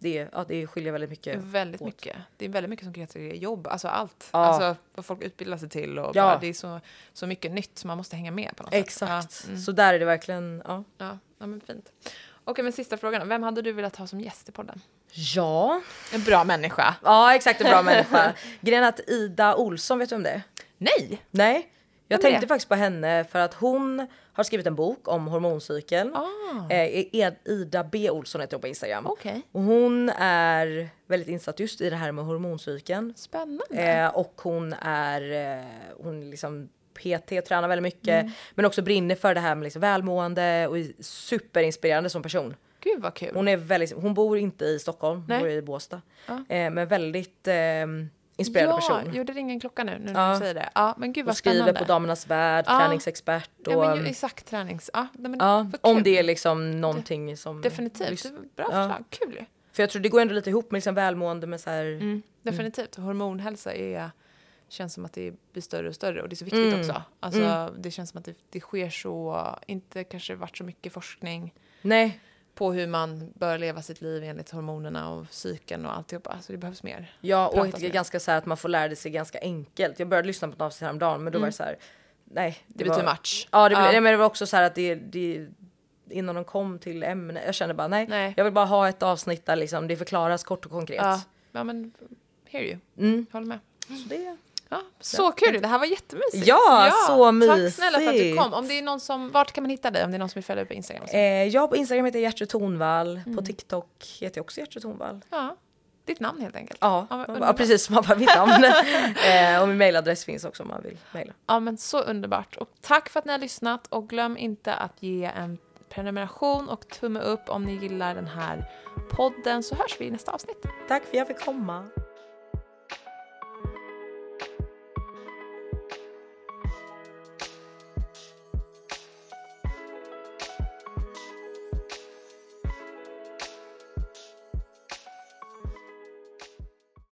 det, ja, det skiljer väldigt mycket. Väldigt åt. mycket. Det är väldigt mycket som krävs i jobb. Alltså allt. Ja. Alltså vad folk utbildar sig till. Och Ja. bara, det är så, så mycket nytt som man måste hänga med på något Exakt. sätt. Ja. Mm. Så där är det verkligen, ja. Ja, ja, men fint. Okej, men sista frågan. Vem hade du velat ha som gäst i podden? Ja. En bra människa. Ja, exakt, en bra människa. Grejen är att Ida Olsson, vet du om det är? Nej. Nej. Jag Vem är tänkte det? faktiskt på henne för att hon har skrivit en bok om hormoncykeln. Ah. Eh, Ed- Ida B. Olsson heter hon på Instagram. Okej. Och hon är väldigt insatt just i det här med hormoncykeln. Spännande. Eh, och hon är eh, hon liksom P T, tränar väldigt mycket. Mm. Men också brinner för det här med liksom välmående och är superinspirerande som person. Gud vad kul. Hon är väldigt, hon bor inte i Stockholm, Nej. hon bor i Båstad. Ja. Eh, men väldigt eh, inspirerande ja, person. jo, det ringer en klocka nu när Ja. du säger det. Ja, men gud vad Och skriver spännande. på Damernas Värld, Ja. träningsexpert. Och, Ja, men ju, exakt, tränings. Ja, nej, men ja, vad kul. om det är liksom någonting som... Definitivt. Det är bra Ja. förslag. Kul ju. För jag tror det går ändå lite ihop med liksom välmående med så här... Mm, definitivt. Hormonhälsa är, känns som att det blir större och större och det är så viktigt Mm. också. Alltså, Mm. det känns som att det, det sker så, inte kanske varit så mycket forskning Nej, på hur man bör leva sitt liv enligt hormonerna och cykeln och alltihopa. Så det behövs mer. ja, och pratas det är mer. ganska så här att man får lära sig ganska enkelt. Jag började lyssna på ett avsnitt häromdagen, men då Mm. var det så här... Nej, Det, det, blir var... too much. Ja, det, blev, Ja. nej, men det var också så här att det, det... Innan de kom till ämnet, jag kände bara nej, Nej. jag vill bara ha ett avsnitt där liksom det förklaras kort och konkret. Ja. ja, men hear you. Mm. Håller med. Så det... Ja, så kul, det här var jättemysigt. Ja, så Tack mysigt. snälla för att du kom. Om det är någon som, vart kan man hitta dig? Om det är någon som vill följa dig på Instagram? Eh, jag på Instagram heter Gertrud Tornvall. Mm. På TikTok heter jag också Gertrud Tornvall. Ja, ditt namn helt enkelt. Ja, Ja, ja, underbart. precis som man bara mitt namn. eh, och min mailadress finns också om man vill mejla. Ja, men så underbart. Och tack för att ni har lyssnat och glöm inte att ge en prenumeration och tumme upp om ni gillar den här podden, så hörs vi i nästa avsnitt. Tack för att jag fick komma.